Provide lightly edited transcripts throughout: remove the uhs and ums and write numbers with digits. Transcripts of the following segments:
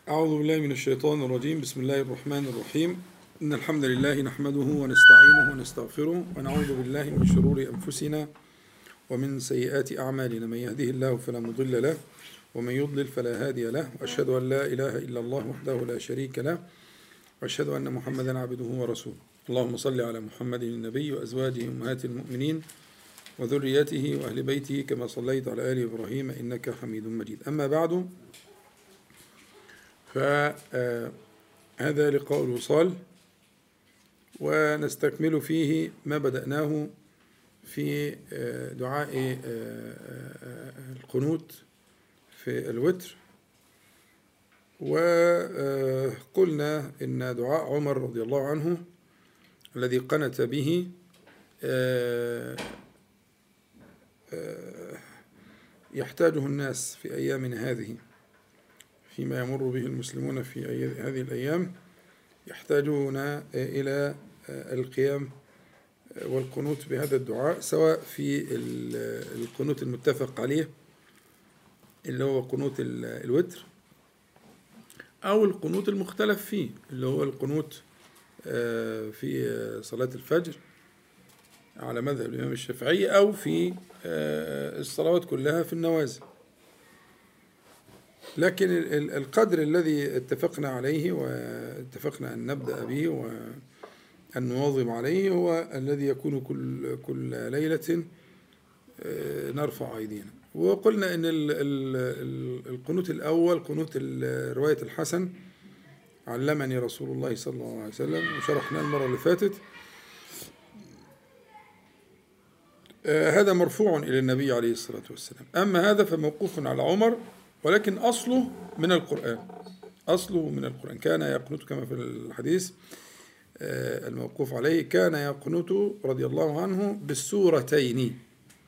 أعوذ بالله من الشيطان الرجيم. بسم الله الرحمن الرحيم. إن الحمد لله نحمده ونستعينه ونستغفره ونعوذ بالله من شرور أنفسنا ومن سيئات أعمالنا. من يهده الله فلا مضل له ومن يضلل فلا هادي له، وأشهد أن لا إله إلا الله وحده لا شريك له، وأشهد أن محمدا عبده ورسوله. اللهم صل على محمد النبي وأزواجه أمهات المؤمنين وذريته وأهل بيته كما صليت على آل إبراهيم إنك حميد مجيد. أما بعد، فهذا لقاء الوصال، ونستكمل فيه ما بدأناه في دعاء القنوت في الوتر. وقلنا إن دعاء عمر رضي الله عنه الذي قنت به يحتاجه الناس في أيامنا هذه، فيما يمر به المسلمون في هذه الأيام، يحتاجون إلى القيام والقنوت بهذا الدعاء، سواء في القنوت المتفق عليه اللي هو قنوت الوتر، أو القنوت المختلف فيه اللي هو القنوت في صلاة الفجر على مذهب الإمام الشافعي، أو في الصلوات كلها في النوازل. لكن القدر الذي اتفقنا عليه واتفقنا أن نبدأ به وأن نواظب عليه هو الذي يكون كل ليلة نرفع أيدينا. وقلنا أن القنوت الأول قنوت رواية الحسن علمني رسول الله صلى الله عليه وسلم، وشرحنا المرة اللي فاتت. هذا مرفوع إلى النبي عليه الصلاة والسلام. أما هذا فموقوف على عمر، ولكن أصله من القرآن. أصله من القرآن. كان يقنط كما في الحديث الموقوف عليه، كان يقنط رضي الله عنه بالسورتين،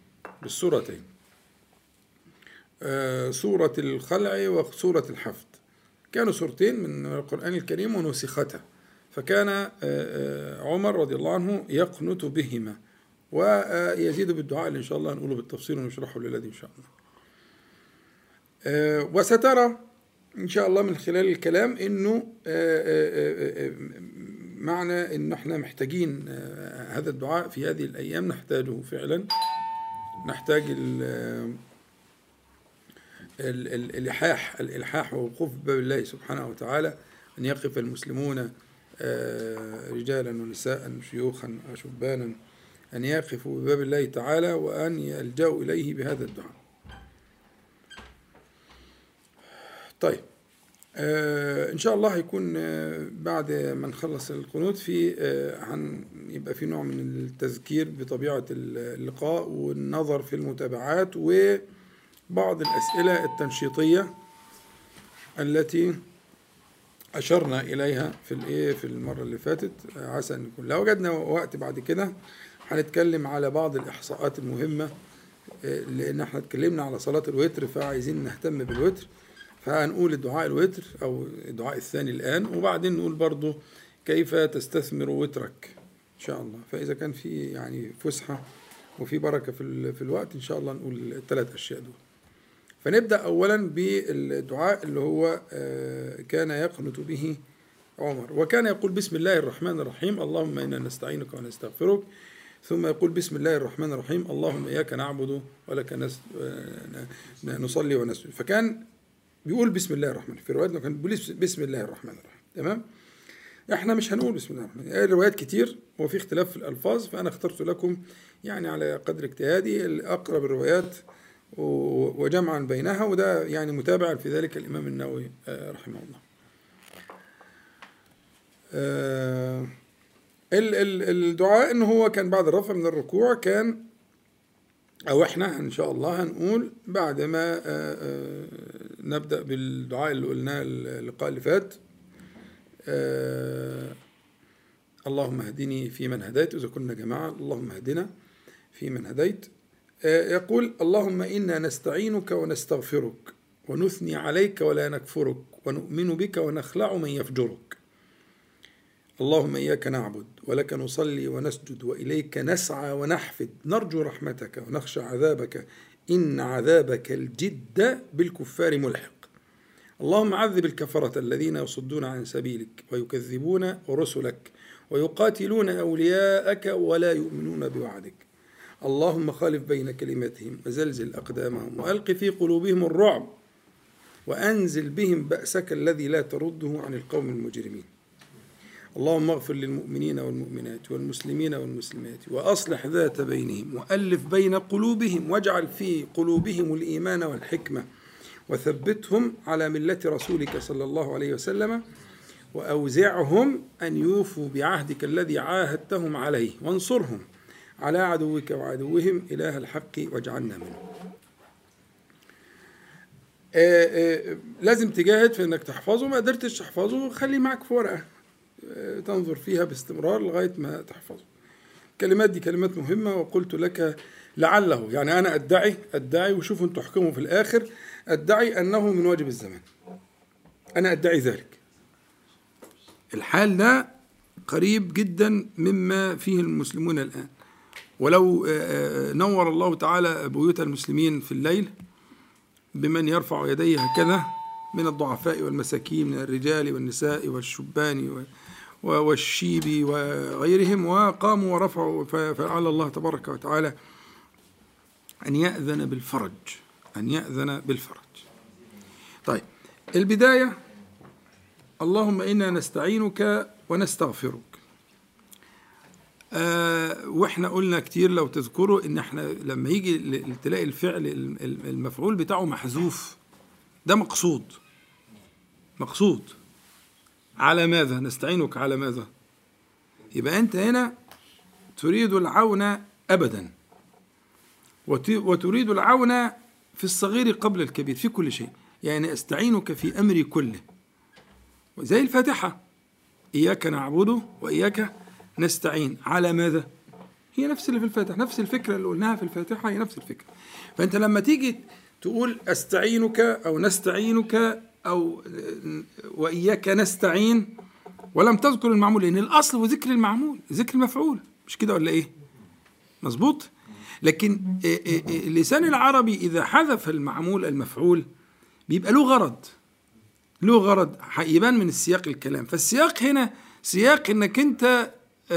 سورة الخلع وسورة الحفد. كانوا سورتين من القرآن الكريم ونسختها، فكان عمر رضي الله عنه يقنط بهما، ويزيد بالدعاء اللي إن شاء الله نقوله بالتفصيل ونشرحه للذي إن شاء الله. وسترى إن شاء الله من خلال الكلام إنه معنى إن إحنا محتاجين هذا الدعاء في هذه الأيام، نحتاجه فعلا. نحتاج الإلحاح ووقوف باب الله سبحانه وتعالى، أن يقف المسلمون رجالا ونساء شيوخا وشبانا، أن يقفوا بباب الله تعالى وأن يلجأوا إليه بهذا الدعاء. طيب، إن شاء الله هيكون بعد ما نخلص القنوت يبقى في نوع من التذكير بطبيعة اللقاء والنظر في المتابعات وبعض الأسئلة التنشيطية التي أشرنا إليها في المرة اللي فاتت. عسى أن يكون لو وجدنا وقت بعد كده هنتكلم على بعض الإحصاءات المهمة، لأن احنا اتكلمنا على صلاة الوتر، فعايزين نهتم بالوتر، فهنقول الدعاء الوتر أو الدعاء الثاني الآن، وبعدين نقول برضو كيف تستثمر وترك إن شاء الله. فإذا كان في يعني فسحة وفي بركة في الوقت إن شاء الله نقول الثلاث أشياء دول. فنبدأ أولا بالدعاء اللي هو كان يقنط به عمر، وكان يقول بسم الله الرحمن الرحيم اللهم إنا نستعينك ونستغفرك، ثم يقول بسم الله الرحمن الرحيم اللهم إياك نعبد ولك نصلي ونسجد. فكان بيقول بسم الله الرحمن الرحيم. في رواياتنا كان بيقول بسم الله الرحمن الرحيم. تمام؟ احنا مش هنقول بسم الله الرحمن الرحيم، الروايات كتير وفي اختلاف في الألفاظ، فأنا اخترت لكم يعني على قدر اجتهادي أقرب الروايات وجمعا بينها، وده يعني متابعا في ذلك الإمام النووي رحمه الله. الدعاء إنه هو كان بعد الرفع من الركوع، كان أو إحنا إن شاء الله هنقول بعد ما نبدأ بالدعاء اللي قلناه اللقاء اللي فات، اللهم اهدني في من هديت، إذا كنا جماعة اللهم اهدنا في من هديت. يقول اللهم إنا نستعينك ونستغفرك ونثني عليك ولا نكفرك ونؤمن بك ونخلع من يفجرك. اللهم إياك نعبد ولك نصلي ونسجد وإليك نسعى ونحفد، نرجو رحمتك ونخشى عذابك، إن عذابك الجد بالكفار ملحق. اللهم عذب الكفرة الذين يصدون عن سبيلك ويكذبون رسلك ويقاتلون أولياءك ولا يؤمنون بوعدك. اللهم خالف بين كلمتهم وزلزل أقدامهم وألق في قلوبهم الرعب وأنزل بهم بأسك الذي لا ترده عن القوم المجرمين. اللهم اغفر للمؤمنين والمؤمنات والمسلمين والمسلمات وأصلح ذات بينهم وألف بين قلوبهم واجعل في قلوبهم الإيمان والحكمة وثبتهم على ملة رسولك صلى الله عليه وسلم وأوزعهم أن يوفوا بعهدك الذي عاهدتهم عليه وانصرهم على عدوك وعدوهم إله الحق واجعلنا منهم. لازم تجاهد في أنك تحفظه، ما قدرتش تحفظه خلي معك في ورقة تنظر فيها باستمرار لغاية ما تحفظه. الكلمات دي كلمات مهمة، وقلت لك لعله، يعني أنا أدعي وشوفوا أنتوا تحكموا في الآخر، أدعي أنه من واجب الزمان، أنا أدعي ذلك. الحال ده قريب جدا مما فيه المسلمون الآن، ولو نور الله تعالى بيوت المسلمين في الليل بمن يرفع يديه هكذا من الضعفاء والمساكين من الرجال والنساء والشبان والشيب وغيرهم، وقاموا ورفعوا، فلعل الله تبارك وتعالى أن يأذن بالفرج. طيب، البداية: اللهم إنا نستعينك ونستغفرك. واحنا قلنا كتير لو تذكروا ان احنا لما يجي تلاقي الفعل المفعول بتاعه محذوف، ده مقصود على ماذا؟ نستعينك على ماذا؟ يبقى انت هنا تريد العون ابدا، وتريد العون في الصغير قبل الكبير في كل شيء، يعني استعينك في امري كله، زي الفاتحة: اياك نعبد واياك نستعين. على ماذا؟ هي نفس اللي في الفاتحة، نفس الفكرة اللي قلناها في الفاتحة، هي نفس الفكرة. فأنت لما تيجي تقول أستعينك أو نستعينك أو وإياك نستعين ولم تذكر المعمول، لأن الأصل هو ذكر المعمول، ذكر المفعول، مش كده ولا إيه؟ مظبوط؟ لكن اللسان العربي إذا حذف المعمول المفعول بيبقى له غرض يبان من السياق الكلام. فالسياق هنا سياق إنك أنت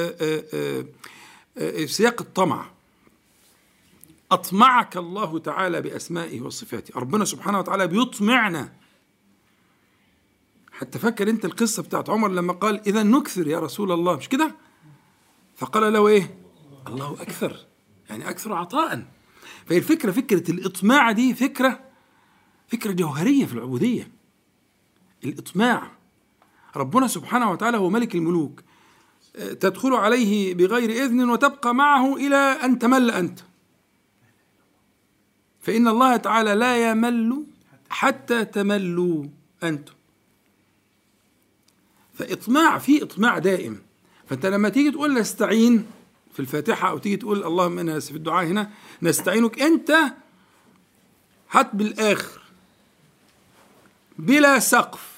سياق الطمع. أطمعك الله تعالى بأسمائه وصفاته، ربنا سبحانه وتعالى بيطمعنا. حتى فكر أنت القصة بتاعت عمر لما قال: إذا نكثر يا رسول الله، مش كده؟ فقال له إيه؟ الله أكثر، يعني أكثر عطاء. فهي الفكرة، فكرة الإطماع دي فكرة جوهرية في العبودية. الإطماع، ربنا سبحانه وتعالى هو ملك الملوك، تدخل عليه بغير إذن وتبقى معه إلى أن تمل أنت، فإن الله تعالى لا يمل حتى تملوا أنتم. فإطماع، في إطماع دائم. فأنت لما تيجي تقول نستعين في الفاتحة أو تيجي تقول اللهم إنا في الدعاء هنا نستعينك، أنت حت بالآخر بلا سقف،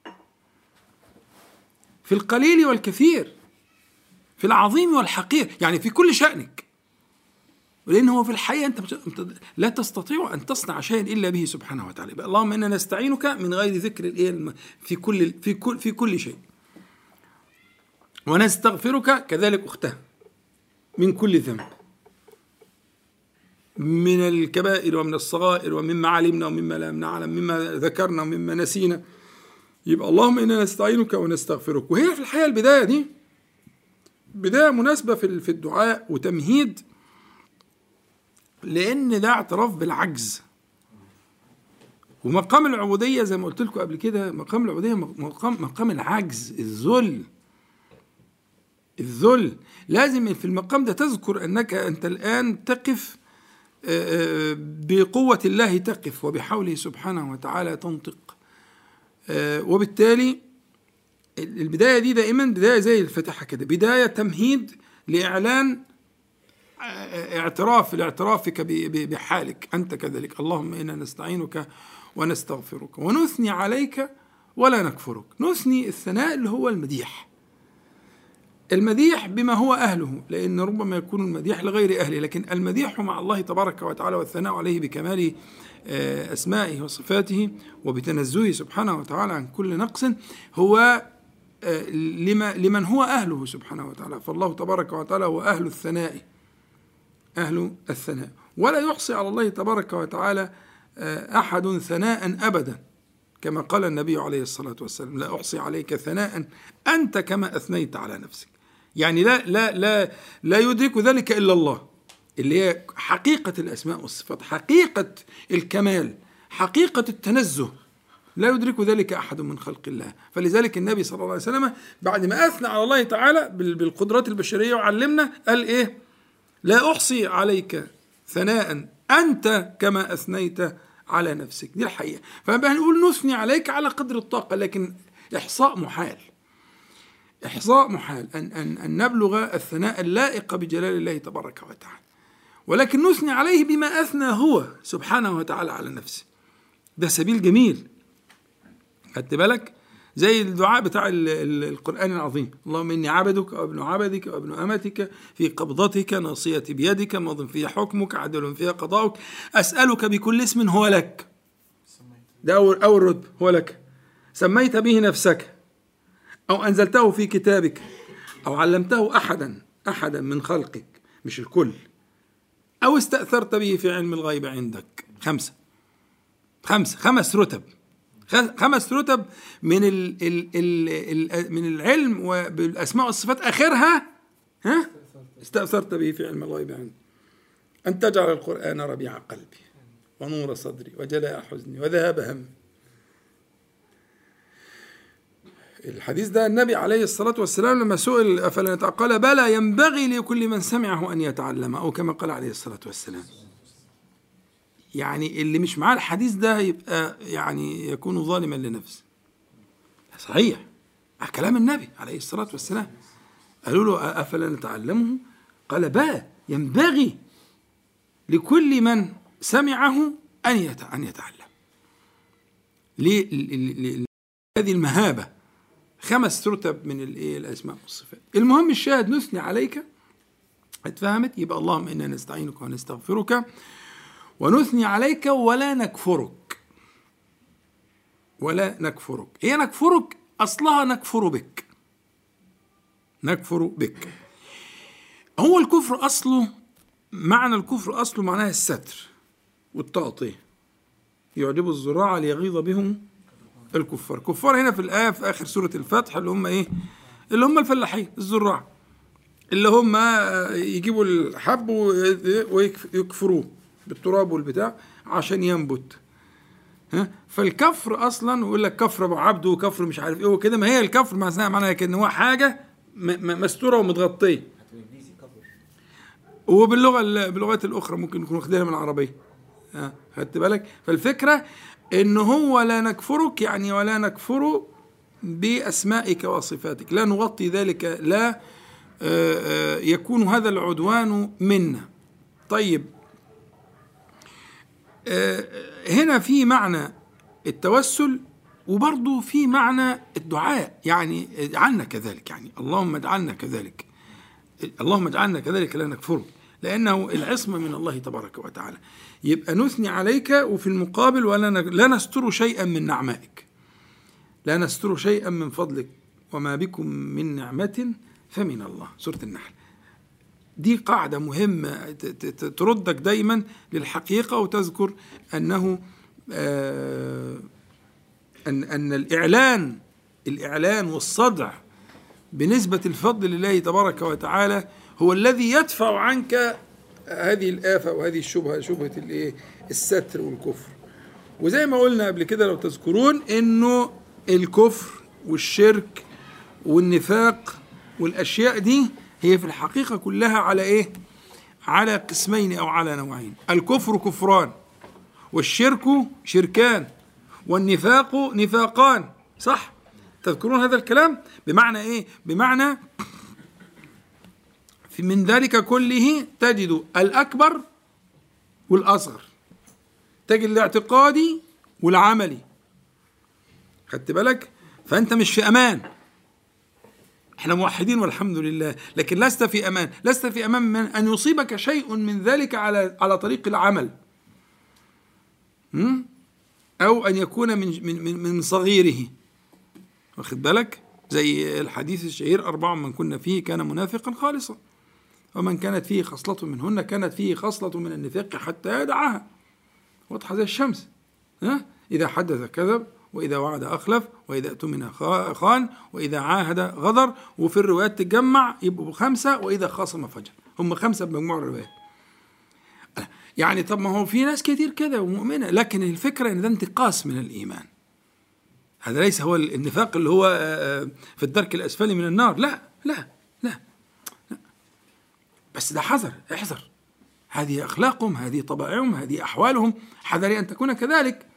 في القليل والكثير، في العظيم والحقير، يعني في كل شأنك. ولأن هو في الحقيقة أنت لا تستطيع أن تصنع شيئا إلا به سبحانه وتعالى. اللهم إنا نستعينك من غير ذكر في كل شيء، ونستغفرك كذلك أختها من كل ذنب، من الكبائر ومن الصغائر ومما علمنا ومما لم نعلم، مما ذكرنا ومما نسينا. يبقى اللهم إنا نستعينك ونستغفرك. وهي في الحقيقة البداية دي بداية مناسبة في الدعاء وتمهيد، لأن ده اعتراف بالعجز. ومقام العبودية زي ما قلت لكم قبل كده، مقام العبودية مقام العجز، الذل. لازم في المقام ده تذكر أنك أنت الآن تقف بقوة الله، تقف وبحوله سبحانه وتعالى تنطق. وبالتالي البداية دي دائما بداية زي الفاتحة كده، بداية تمهيد لإعلان اعترافك بحالك أنت كذلك. اللهم إنا نستعينك ونستغفرك ونثني عليك ولا نكفرك. نثني، الثناء اللي هو المديح، المديح بما هو أهله، لأن ربما يكون المديح لغير أهله، لكن المديح مع الله تبارك وتعالى والثناء عليه بكمال أسمائه وصفاته وبتنزهه سبحانه وتعالى عن كل نقص هو لمن هو أهله سبحانه وتعالى. فالله تبارك وتعالى هو أهل الثناء، أهل الثناء، ولا يحصي على الله تبارك وتعالى أحد ثناء أبدا، كما قال النبي عليه الصلاة والسلام: لا أحصي عليك ثناء أنت كما أثنيت على نفسك. يعني لا يدرك ذلك إلا الله، اللي هي حقيقة الأسماء والصفات، حقيقة الكمال، حقيقة التنزه، لا يدرك ذلك أحد من خلق الله. فلذلك النبي صلى الله عليه وسلم بعد ما أثنى على الله تعالى بالقدرات البشرية وعلمنا قال إيه؟ لا أحصي عليك ثناء أنت كما أثنيت على نفسك. دي الحقيقة. فبقى نقول نثني عليك على قدر الطاقة، لكن إحصاء محال، إحصاء محال أن نبلغ الثناء اللائق بجلال الله تبارك وتعالى، ولكن نثني عليه بما أثنى هو سبحانه وتعالى على نفسه. ده سبيل جميل، خدت بالك؟ زي الدعاء بتاع القرآن العظيم: اللهم إني عبدك وابن عبدك وابن أمتك في قبضتك ناصيتي بيدك ماض في حكمك عدل فيها قضاؤك أسألك بكل اسم هو لك. ده أول رتب، هو لك، سميت به نفسك أو أنزلته في كتابك أو علمته أحدا من خلقك، مش الكل، أو استأثرت به في علم الغيب عندك. خمس رتب، 5 رتب من من العلم وبالأسماء والصفات. آخرها استأثرت به في علم الغيب عندك، أن تجعل القرآن ربيع قلبي ونور صدري وجلاء حزني وذهاب همي. الحديث ده النبي عليه الصلاة والسلام لما سئل أفلا قال: بلى ينبغي لكل من سمعه أن يتعلم، أو كما قال عليه الصلاة والسلام. يعني اللي مش معاه الحديث ده يبقى يعني يكون ظالما لنفسه. صحيح، كلام النبي عليه الصلاة والسلام. قالوا له: أفلا نتعلمه؟ قال: بلى ينبغي لكل من سمعه أن يتعلم. هذه المهابة. 5 رتب من الأسماء والصفات. المهم الشاهد نثني عليك، اتفهمت؟ يبقى اللهم إنا نستعينك ونستغفرك ونثني عليك ولا نكفرك. ولا نكفرك، هي نكفرك أصلها نكفر بك، نكفر بك. هو الكفر أصله، معنى الكفر أصله معناه الستر والتغطية. يعجب الزراع ليغيظ بهم الكفار. كفار هنا في الآية في آخر سورة الفتح اللي هم إيه؟ اللي هم الفلاحين الزراع، اللي هم يجيبوا الحب ويكفروه بالتراب والبتاع عشان ينبت. فالكفر أصلا يقول لك كفر أبو عبده وكفر مش عارف إيه وكده. ما هي الكفر معناها كأن هو حاجة مستورة ومتغطية. باللغات الأخرى ممكن نكون واخدينها من العربية. خدت بالك؟ فالفكرة إن هو لا نكفرك، يعني ولا نكفر بأسمائك وصفاتك، لا نغطي ذلك، لا يكون هذا العدوان منا. طيب، هنا في معنى التوسل وبرضه في معنى الدعاء، يعني اجعلنا كذلك، يعني اللهم اجعلنا كذلك، اللهم اجعلنا كذلك لا نكفرك، لأنه العصمة من الله تبارك وتعالى. يبقى نثني عليك، وفي المقابل لا نستر شيئا من نعمائك، لا نستر شيئا من فضلك، وما بكم من نعمة فمن الله. سورة النحل. دي قاعدة مهمة تردك دايما للحقيقة، وتذكر أنه أن الإعلان والصدع بنسبة الفضل لله تبارك وتعالى هو الذي يدفع عنك هذه الآفة وهذه الشبهة، شبهة الستر والكفر. وزي ما قلنا قبل كده لو تذكرون إنه الكفر والشرك والنفاق والأشياء دي هي في الحقيقة كلها على إيه؟ على قسمين أو على نوعين. الكفر كفران، والشرك شركان، والنفاق نفاقان. صح؟ تذكرون هذا الكلام؟ بمعنى إيه؟ بمعنى من ذلك كله تجد الأكبر والأصغر، تجد الاعتقادي والعملي. خدت بالك؟ فأنت مش في أمان. احنا موحدين والحمد لله، لكن لست في أمان، لست في أمان من أن يصيبك شيء من ذلك على طريق العمل، أو أن يكون من صغيره، واخد بالك؟ زي الحديث الشهير 4 من كنا فيه كان منافقا خالصا، ومن كانت فيه خصلة منهن كانت فيه خصلة من النفاق حتى يدعها. واضحة زي الشمس. إذا حدث كذب، وإذا وعد أخلف، وإذا اؤتمن خان، وإذا عاهد غدر، وفي الروايات تجمع يبقوا 5، وإذا خاصم فجر. هم 5 بمجموع الروايات. يعني طب ما هو في ناس كتير كده ومؤمنة، لكن الفكرة إن ده انتقاص من الإيمان. هذا ليس هو النفاق اللي هو في الدرك الأسفل من النار، لا لا لا, لا. بس ده حذر، احذر، هذه أخلاقهم، هذه طبائعهم، هذه أحوالهم، حذري أن تكون كذلك.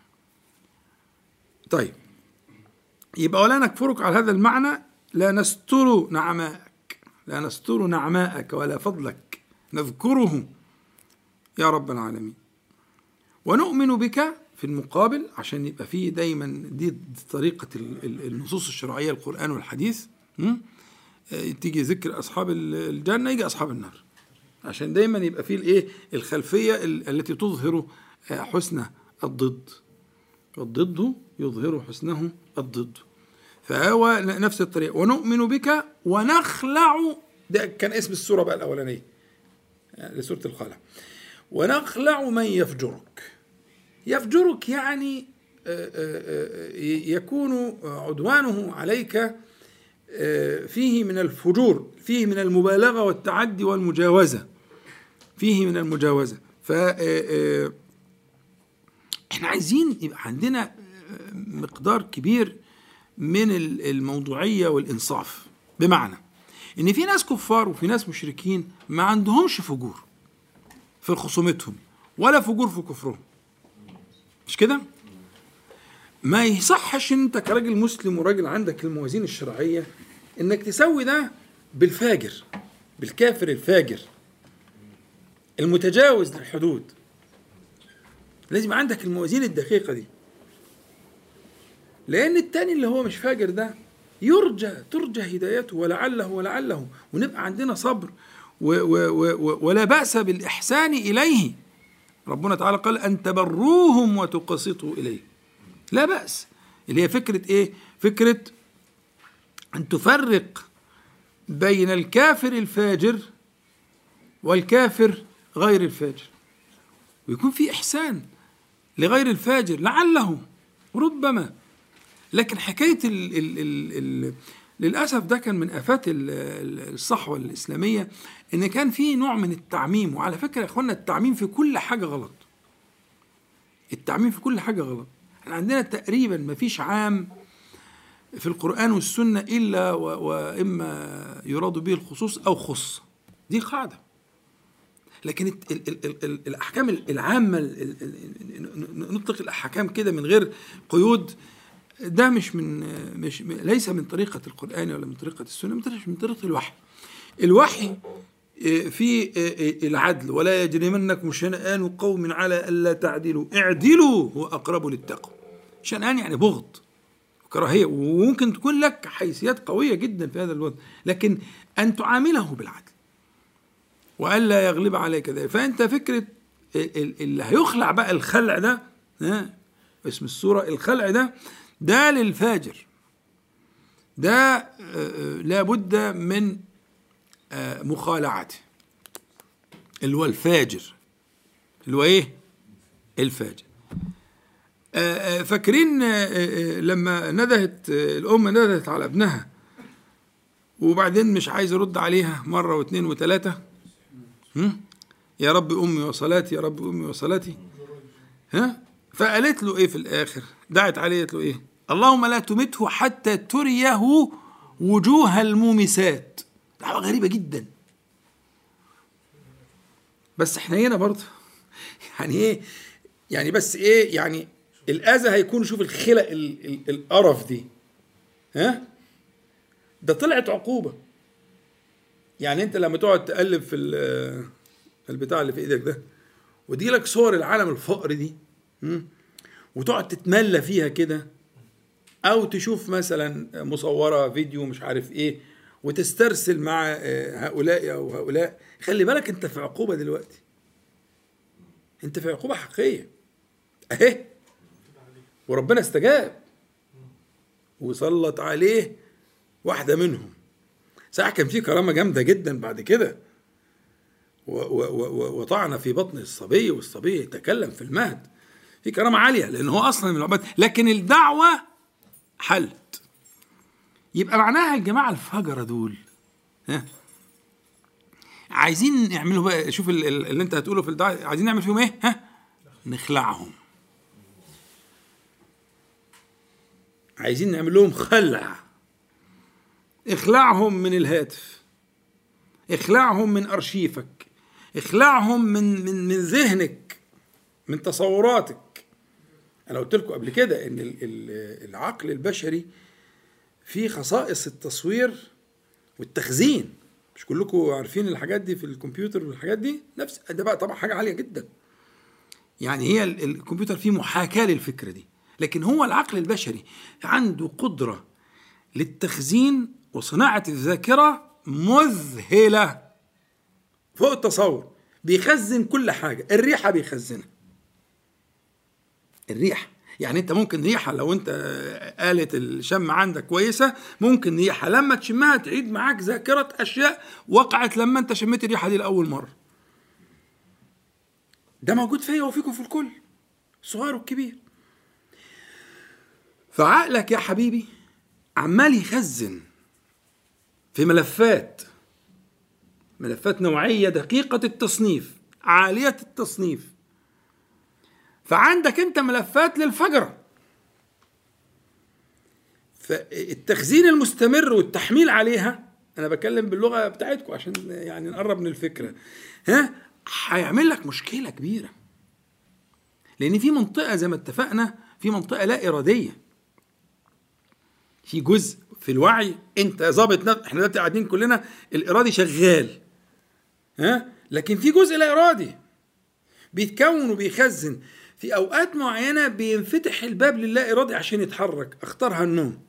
طيب، يبقى ولا نكفرك على هذا المعنى، لا نستر نعمائك، لا نستر نعمائك ولا فضلك، نذكره يا رب العالمين. ونؤمن بك في المقابل، عشان يبقى فيه دايما دي طريقة النصوص الشرعية، القرآن والحديث. تيجي ذكر أصحاب الجنة يجي أصحاب النار، عشان دايما يبقى فيه الايه الخلفية التي تظهر حسن الضد، والضد يظهر حسنه الضد. فهو نفس الطريقة. ونؤمن بك ونخلع، ده كان اسم السورة بقى الأولانية لسورة الخلع. ونخلع من يفجرك. يفجرك يعني يكون عدوانه عليك فيه من الفجور، فيه من المبالغة والتعدي والمجاوزة، فيه من المجاوزة. احنا عايزين يبقى عندنا مقدار كبير من الموضوعية والإنصاف، بمعنى إن في ناس كفار وفي ناس مشركين ما عندهمش فجور في خصومتهم ولا فجور في كفرهم، مش كده؟ ما يصحش انت كراجل مسلم وراجل عندك الموازين الشرعية انك تسوي ده بالفاجر، بالكافر الفاجر المتجاوز للحدود. لازم عندك الموازين الدقيقة دي، لأن التاني اللي هو مش فاجر ده ترجى هدايته ولعله، ونبقى عندنا صبر ولا بأس بالإحسان إليه. ربنا تعالى قال أن تبروهم وتقسطوا إليه، لا بأس. اللي هي فكرة إيه؟ فكرة أن تفرق بين الكافر الفاجر والكافر غير الفاجر، ويكون في إحسان لغير الفاجر لعله ربما. لكن حكاية للأسف ده كان من آفات الصحوة الإسلامية، إن كان في نوع من التعميم. وعلى فكرة يا إخوانا، التعميم في كل حاجة غلط، التعميم في كل حاجة غلط. احنا عندنا تقريبا ما فيش عام في القرآن والسنة إلا وإما يراد به الخصوص أو خص، دي قاعدة. لكن الأحكام العامة، نطلق الأحكام كده من غير قيود، ده مش ليس من طريقة القرآن ولا من طريقة السنة، من طريقة الوحي. الوحي في العدل، ولا يجرمنكم شنآن قوم على ألا تعدلوا اعدلوا هو أقرب للتقوى. شنآن يعني بغض وكراهية، وممكن تكون لك حيثيات قوية جدا في هذا الوضع، لكن أن تعامله بالعدل وألا يغلب عليك ذلك. فأنت فكرة اللي هيخلع بقى الخلع ده، اسم السورة الخلع ده للفاجر، ده لابد من مخالعته، اللي هو الفاجر، اللي هو ايه؟ الفاجر. فاكرين لما الأم ندهت على ابنها وبعدين مش عايز يرد عليها مرة واثنين وثلاثة، يا رب أمي وصلاتي، يا رب أمي وصلاتي، فقالت له ايه في الآخر؟ دعت عليه قالت له ايه؟ اللهم لا تمته حتى تريه وجوه المومسات. دعوة غريبة جدا. بس احنا هنا برضه يعني ايه؟ يعني بس ايه؟ يعني الأذى هيكون، شوف الخلق القرف دي، ده طلعت عقوبة. يعني انت لما تقعد تقلب في البتاع اللي في ايدك ده، ودي لك صور العالم الفقر دي، وتقعد تتملى فيها كده، او تشوف مثلا مصورة فيديو مش عارف ايه، وتسترسل مع هؤلاء أو هؤلاء، خلي بالك أنت في عقوبة دلوقتي، أنت في عقوبة حقيقية أهي، وربنا استجاب وسلط عليه واحدة منهم. صح كان في كرامة جامدة جدا بعد كده، وطعن في بطن الصبي والصبي يتكلم في المهد، في كرامة عالية لأنه هو أصلا من العباد، لكن الدعوة حلت. يبقى معناها الجماعة الفجرة دول عايزين يعملوا بقى، شوف اللي انت هتقوله في الدعوة، عايزين نعمل فيهم ايه؟ نخلعهم، عايزين نعمل لهم خلع، اخلعهم من الهاتف، اخلعهم من أرشيفك، اخلعهم من ذهنك، من تصوراتك. أنا قلت لكم قبل كده إن العقل البشري فيه خصائص التصوير والتخزين، مش كلكم عارفين الحاجات دي في الكمبيوتر والحاجات دي، نفس ده بقى طبعا حاجة عالية جدا، يعني هي الكمبيوتر فيه محاكاة للفكرة دي، لكن هو العقل البشري عنده قدرة للتخزين وصناعة الذاكرة مذهلة فوق التصور. بيخزن كل حاجة، الريحة بيخزنها، الريحة يعني انت ممكن ريحة لو انت آلة الشم عندك كويسة، ممكن ريحة لما تشمها تعيد معاك ذاكرة أشياء وقعت لما انت شميت الريحة دي لأول مرة. ده موجود فيا وفيكم في الكل، الصغير والكبير. فعقلك يا حبيبي عمال يخزن في ملفات نوعية دقيقة التصنيف عالية التصنيف، فعندك انت ملفات للفجرة، فالتخزين المستمر والتحميل عليها، انا بكلم باللغة بتاعتكم عشان يعني نقرب من الفكرة، هيعمل لك مشكلة كبيرة، لان في منطقة زي ما اتفقنا، في منطقة لا إرادية، في جزء في الوعي انت ظابط احنا دلوقتي قاعدين كلنا الإرادي شغال، لكن في جزء لا إرادي بيتكون وبيخزن. في أوقات معينة بينفتح الباب لله إرادي عشان يتحرك، اختارها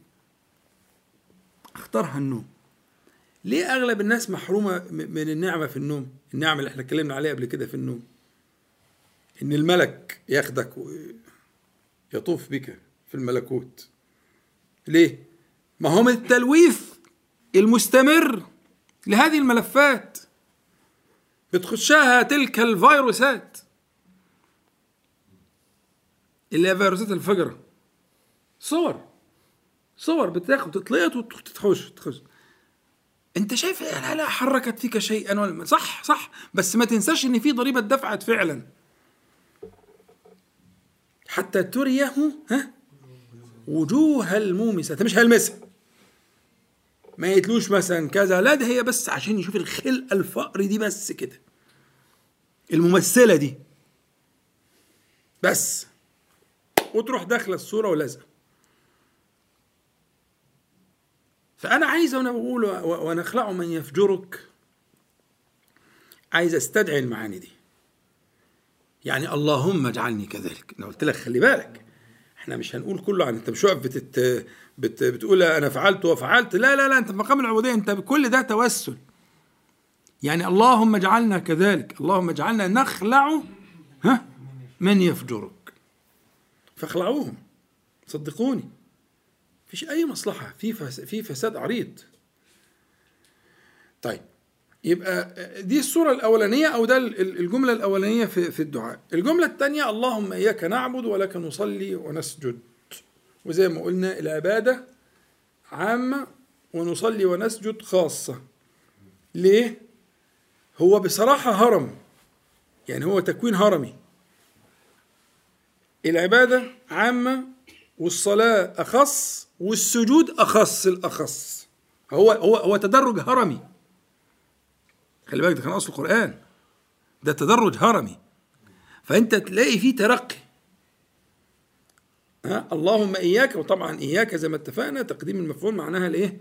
النوم. ليه أغلب الناس محرومة من النعمة في النوم؟ النعمة اللي احنا اتكلمنا عليها قبل كده في النوم، إن الملك ياخدك ويطوف بك في الملكوت. ليه؟ ما هو من التلويث المستمر لهذه الملفات بتخشها تلك الفيروسات اللي هي فيروسات الفجرة، صور بتاخد تتلقط وتخش. انت شايف لا حركت فيك شيئا ولا صح، بس ما تنساش ان في ضريبة دفعت فعلا حتى تريه وجوه المومسة، مش هلمسها، ما يتلوش مثلا كذا، لا ده هي بس عشان يشوف الخلقة الفقر دي بس كده، الممثلة دي بس، وتروح داخله الصورة ولازقه. فأنا عايز وأنا بقول ونخلع من يفجرك، عايز استدعي المعاني دي، يعني اللهم اجعلني كذلك. أنا قلت لك خلي بالك، احنا مش هنقول كله عن انت مش واقف بتقول انا فعلت وفعلت، لا انت في مقام العبودية، انت بكل ده توسل، يعني اللهم اجعلنا كذلك، اللهم اجعلنا نخلع من يفجرك، فاخلعوهم صدقوني، فيش أي مصلحة، في فساد عريض. طيب يبقى دي الصورة الأولانية أو ده الجملة الأولانية في الدعاء. الجملة الثانية اللهم إياك نعبد ولك نصلي ونسجد، وزي ما قلنا العبادة عامة ونصلي ونسجد خاصة. ليه؟ هو بصراحة هرم، يعني هو تكوين هرمي، العبادة عامة والصلاة أخص والسجود أخص الأخص، هو تدرج هرمي، خلي بالك ده كان أصل القرآن، ده تدرج هرمي، فأنت تلاقي فيه ترقي. اللهم إياك، وطبعا إياك زي ما اتفقنا تقديم المفعول معناها الإيه؟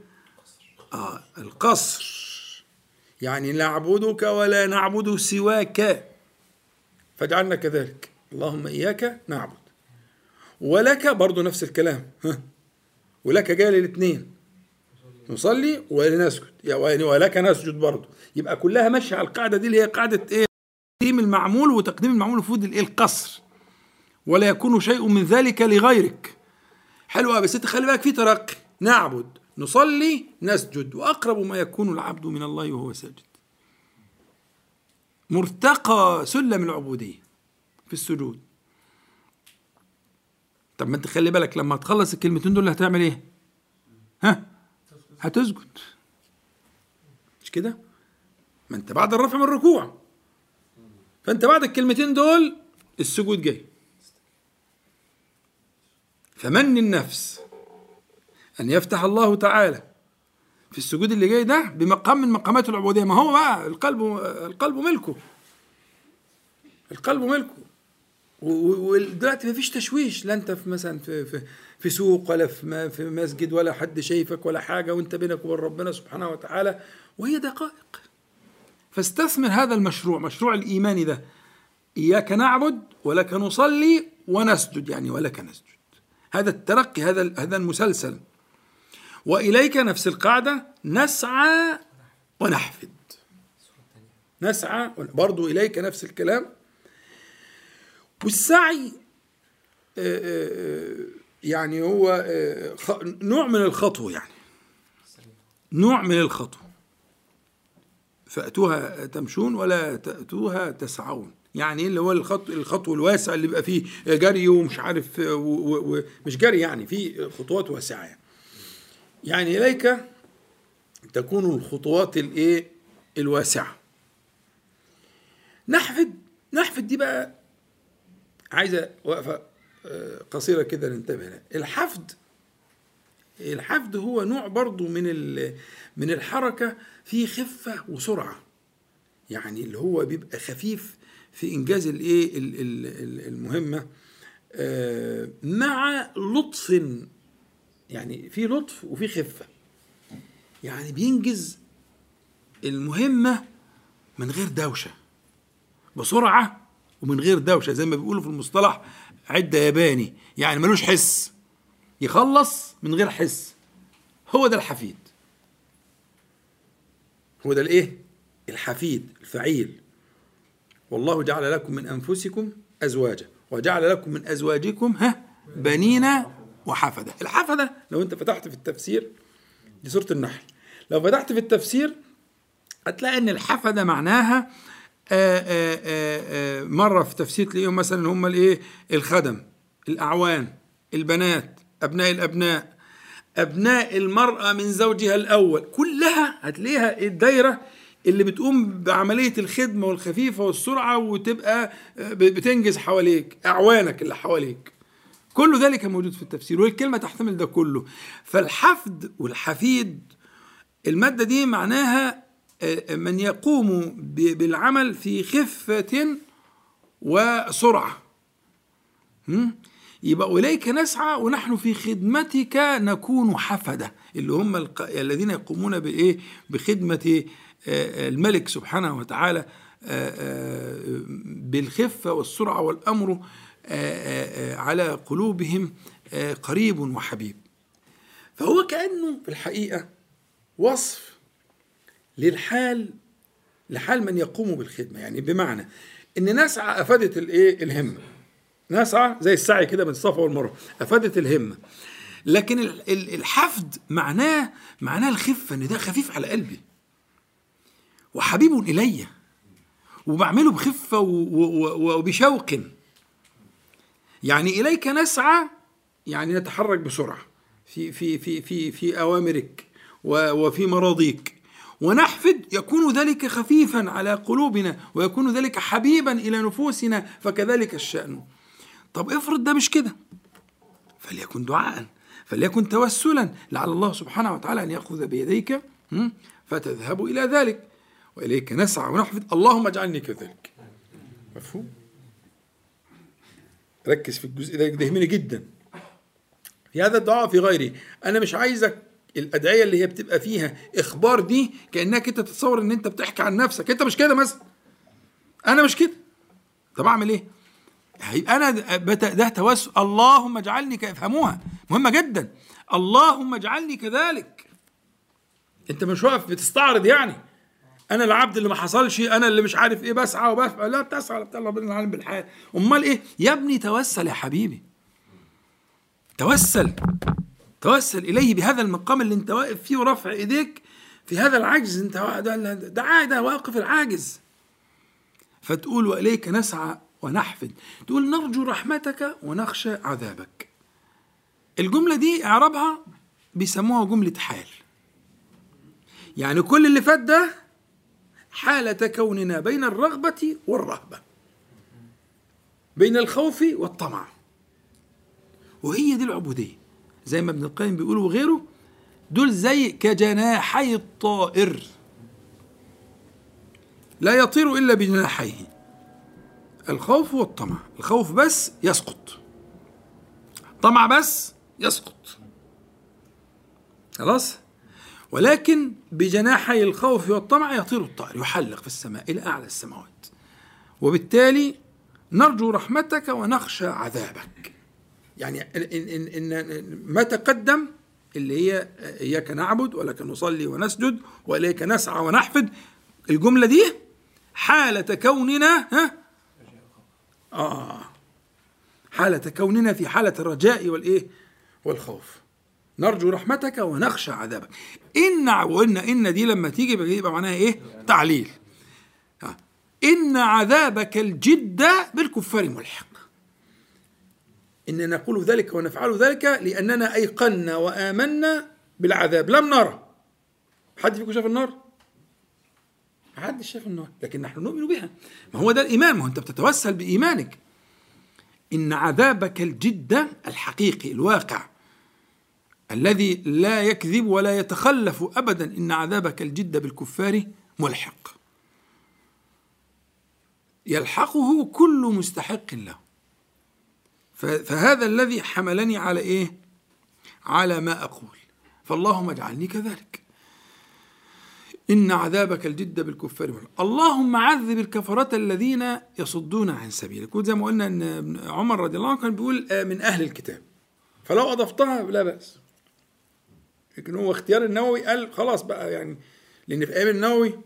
القصر، يعني نعبدك ولا نعبد سواك فاجعلنا كذلك، اللهم إياك نعبد، ولك برضو نفس الكلام، ولك جاي للاثنين، نصلي ولنسجد يعني ولك نسجد برضه. يبقى كلها ماشيه على القاعده دي اللي هي قاعده ايه؟ تقديم المعمول، وتقديم المعمول المفروض الايه؟ القصر، ولا يكون شيء من ذلك لغيرك. حلوه، بس انت خلي بالك في ترقي. نعبد، نصلي، نسجد، واقرب ما يكون العبد من الله وهو ساجد. مرتقى سلم العبوديه في السجود. طب ما انت خلي بالك لما تخلص الكلمتين دول هتعمل ايه؟ هتسجد، مش كده؟ ما انت بعد الرفع من الركوع، فانت بعد الكلمتين دول السجود جاي. فمن النفس ان يفتح الله تعالى في السجود اللي جاي ده بمقام من مقامات العبوديه. ما هو بقى القلب ملكه، القلب ملكه. ودلوقتي مفيش تشويش، لا انت في مثلا في سوق ولا في مسجد ولا حد شايفك ولا حاجه، وانت بينك وبين ربنا سبحانه وتعالى، وهي دقائق. فاستثمر هذا المشروع، مشروع الايمان ده. اياك نعبد ولك نصلي ونسجد، يعني ولك نسجد. هذا الترقي، هذا المسلسل. واليك نفس القاعده، نسعى ونحفد. نسعى برضو اليك نفس الكلام. والسعي يعني هو نوع من الخطوة، يعني نوع من الخطوة. فأتوها تمشون ولا تأتوها تسعون، يعني اللي هو الخطوة الواسع اللي بيبقى فيه جري ومش عارف مش جري، يعني فيه خطوات واسعة. يعني إليك تكون الخطوات الواسعة. نحفد دي بقى عايزة وقفة قصيرة كده ننتبه لها. الحفد هو نوع برضو من الحركة في خفة وسرعة، يعني اللي هو بيبقى خفيف في إنجاز المهمة مع لطف، يعني في لطف وفي خفة، يعني بينجز المهمة من غير دوشة، بسرعة ومن غير دوشة، زي ما بيقولوا في المصطلح عدة ياباني، يعني ملوش حس، يخلص من غير حس. هو ده الحفيد، هو ده الحفيد الفعيل. والله جعل لكم من أنفسكم أزواجا وجعل لكم من أزواجكم بنين وحفدة. الحفدة لو أنت فتحت في التفسير، دي سورة النحل، لو فتحت في التفسير هتلاقي أن الحفدة معناها مرة في تفسير تلاقيهم مثلا هم الخدم، الأعوان، البنات، أبناء الأبناء، أبناء المرأة من زوجها الأول. كلها هتلاقيها الدايرة اللي بتقوم بعملية الخدمة والخفيفة والسرعة وتبقى بتنجز حواليك، أعوانك اللي حواليك. كل ذلك موجود في التفسير، والكلمة تحتمل ده كله. فالحفد والحفيد المادة دي معناها من يقوم بالعمل في خفة وسرعة. يبقى إليك نسعى ونحن في خدمتك نكون حفدة، اللي هم الذين يقومون بخدمة الملك سبحانه وتعالى بالخفة والسرعة، والأمر على قلوبهم قريب وحبيب. فهو كأنه في الحقيقة وصف لحال من يقوم بالخدمة، يعني بمعنى إن نسعى أفادت الهمة، نسعى زي السعي كده بين الصفا والمروة، أفادت الهمة. لكن الحفد معناه الخفة، إن ده خفيف على قلبي وحبيب إلي، وبعمله بخفة وبشوق. يعني إليك نسعى، يعني نتحرك بسرعة في أوامرك وفي مراضيك. ونحفد يكون ذلك خفيفا على قلوبنا، ويكون ذلك حبيبا إلى نفوسنا، فكذلك الشأن. طب افرض ده مش كده، فليكن دعاء، فليكن توسلا، لعل الله سبحانه وتعالى أن يأخذ بيديك فتذهب إلى ذلك. وإليك نسعى ونحفد، اللهم اجعلني كذلك. مفهوم؟ ركز في الجزء ده يهمني جدا في هذا الدعاء في غيره. أنا مش عايزك الأدعية اللي هي بتبقى فيها إخبار دي كأنك أنت تتصور أن أنت بتحكي عن نفسك، أنت مش كده مثلا، أنا مش كده، طب أعمل إيه؟ أنا ده توسل، اللهم اجعلني افهموها مهمة جدا، اللهم اجعلني كذلك. انت مش واقف بتستعرض يعني انا العبد اللي ما حصلش، انا اللي مش عارف ايه بسعى وبسعى، لا بتسعى ولا بتاع، ربنا العالم بالحال. امال ايه يا ابني؟ توسل يا حبيبي، توسل اليه بهذا المقام اللي انت واقف فيه ورفع ايديك في هذا العجز. انت ده واقف العاجز، فتقول واليك نسعى ونحفد، تقول نرجو رحمتك ونخشى عذابك. الجملة دي اعرابها بيسموها جملة حال، يعني كل اللي فات ده حالة كوننا بين الرغبة والرهبة، بين الخوف والطمع، وهي دي العبودية. زي ما ابن القيم بيقول وغيره، دول زي كجناحي الطائر لا يطير إلا بجناحيه، الخوف والطمع. الخوف بس يسقط، طمع بس يسقط، خلاص. ولكن بجناحي الخوف والطمع يطير الطائر، يحلق في السماء إلى أعلى السماوات. وبالتالي نرجو رحمتك ونخشى عذابك. يعني إن ما تقدم اللي هي إياك نعبد ولك نصلي ونسجد وإليك نسعى ونحفد، الجملة دي حالة كوننا حالة كوننا في حالة الرجاء والإيه والخوف. نرجو رحمتك ونخشى عذابك. إن دي لما تيجي بيبقى معناها إيه؟ تعليل. إن عذابك الجد بالكفار ملحق. إننا نقول ذلك ونفعل ذلك لأننا أيقنا وآمنا بالعذاب، لم نرى. حد فيكم شاف النار؟ محدش شاف النار، لكن نحن نؤمن بها. ما هو ده الإيمان، ما هو أنت بتتوسل بإيمانك. إن عذابك الجد الحقيقي الواقع الذي لا يكذب ولا يتخلف أبدا، إن عذابك الجد بالكفار ملحق، يلحقه كل مستحق له. فهذا الذي حملني على إيه؟ على ما أقول، فاللهم اجعلني كذلك. إن عذابك الجد بالكفار ملحق. اللهم عذب الكفرة الذين يصدون عن سبيلك. وزي ما قلنا أن عمر رضي الله عنه كان بيقول من أهل الكتاب، فلو أضفتها لا بأس. لكن هو اختيار النووي قال خلاص بقى، يعني لأن في أيام النووي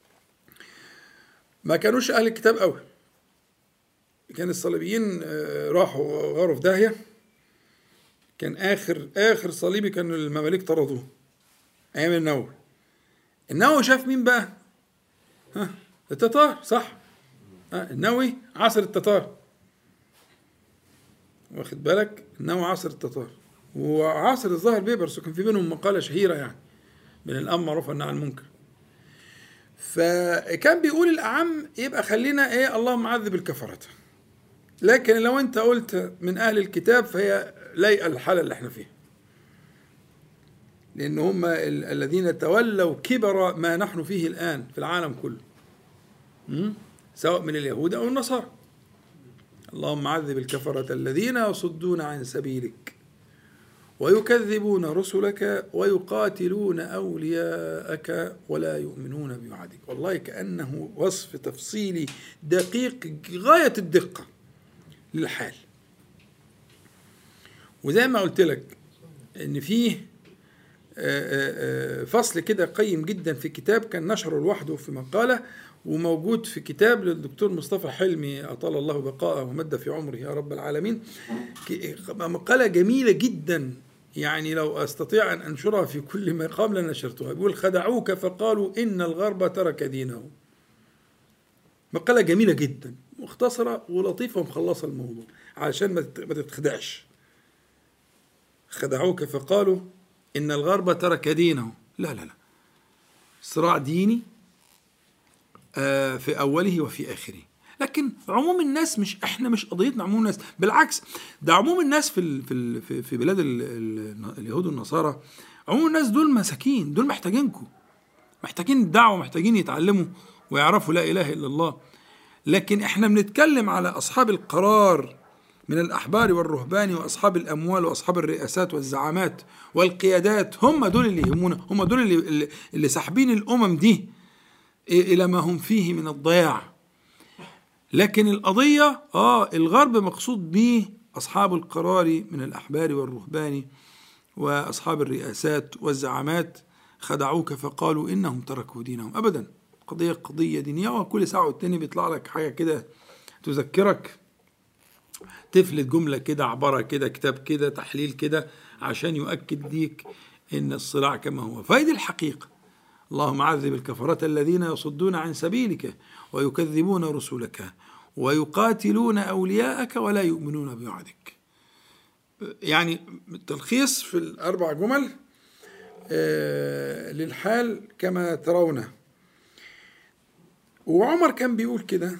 ما كانوش أهل الكتاب قوي، كان الصليبيين راحوا غاروا في داهية. كان آخر صليبي كان المماليك طردوه أيام النووي. النووي شاف مين بقى؟ التتار، صح؟ النووي عصر التتار، واخد بالك؟ النووي عصر التتار وعصر الظاهر بيبرس، وكان في بينهم مقالة شهيرة يعني من الأمر معروف والنهي عن المنكر. فكان بيقول الأعم يبقى خلينا إيه؟ اللهم عذب الكفرة. لكن لو أنت قلت من أهل الكتاب فهي لايقة الحالة اللي احنا فيها، لأن هم الذين تولوا كبر ما نحن فيه الآن في العالم كله، سواء من اليهود أو النصارى. اللهم عذب الكفرة الذين يصدون عن سبيلك ويكذبون رسلك ويقاتلون أولياءك ولا يؤمنون بوعدك. والله كأنه وصف تفصيلي دقيق غاية الدقة للحال. وزي ما قلت لك إن فيه فصل كده قيم جدا في كتاب كان نشره لوحده في مقالة، وموجود في كتاب للدكتور مصطفى حلمي أطال الله بقاءه ومد في عمره يا رب العالمين. مقالة جميلة جدا، يعني لو أستطيع أن أنشرها في كل مقام لنشرتها. بيقول خدعوك فقالوا إن الغرب ترك دينه. مقالة جميلة جدا، مختصرة ولطيفة ومخلصة الموضوع علشان ما تتخدعش. خدعوك فقالوا إن الغرب ترك دينه. لا لا لا، صراع ديني في أوله وفي آخره. لكن عموم الناس احنا مش قضيتنا عموم الناس، بالعكس ده عموم الناس في بلاد اليهود والنصارى. عموم الناس دول مساكين، دول محتاجينكم، محتاجين الدعوة، محتاجين يتعلموا ويعرفوا لا إله إلا الله. لكن احنا بنتكلم على أصحاب القرار من الأحبار والرهبان وأصحاب الأموال وأصحاب الرئاسات والزعامات والقيادات. هم دول اللي يهمونا، هم دول اللي ساحبين الأمم دي إلى ما هم فيه من الضياع. لكن القضية الغرب مقصود به أصحاب القرار من الأحبار والرهبان وأصحاب الرئاسات والزعامات، خدعوك فقالوا إنهم تركوا دينهم. أبدا، قضية دينية، وكل ساعة والتاني بيطلع لك حاجة كده تذكرك، تفلت جملة كده، عبارة كده، كتاب كده، تحليل كده، عشان يؤكد ليك إن الصراع كما هو. فهذه الحقيقة. اللهم عذب الكفرة الذين يصدون عن سبيلك ويكذبون رسلك ويقاتلون أولياءك ولا يؤمنون بوعدك. يعني تلخيص في الأربع جمل للحال كما ترون. وعمر كان بيقول كده،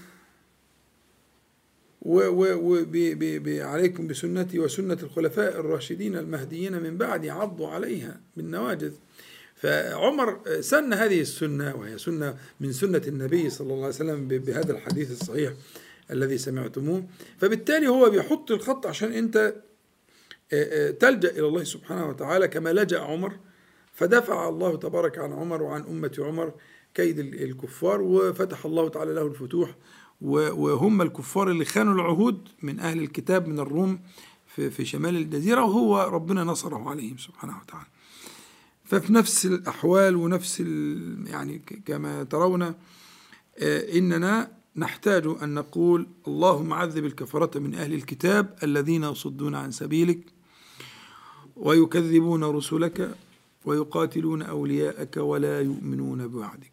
عليكم بسنتي وسنة الخلفاء الراشدين المهديين من بعدي عضوا عليها بالنواجذ. فعمر سن هذه السنة، وهي سنة من سنة النبي صلى الله عليه وسلم بهذا الحديث الصحيح الذي سمعتموه. فبالتالي هو بيحط الخط عشان أنت تلجأ إلى الله سبحانه وتعالى كما لجأ عمر، فدفع الله تبارك عن عمر وعن أمة عمر كيد الكفار، وفتح الله تعالى له الفتوح. وهم الكفار اللي خانوا العهود من أهل الكتاب من الروم في شمال الجزيرة، وهو ربنا نصره عليهم سبحانه وتعالى. ففي نفس الأحوال ونفس يعني كما ترون إننا نحتاج أن نقول اللهم عذب الكفرة من أهل الكتاب الذين يصدون عن سبيلك ويكذبون رسلك ويقاتلون أولياءك ولا يؤمنون بوعدك.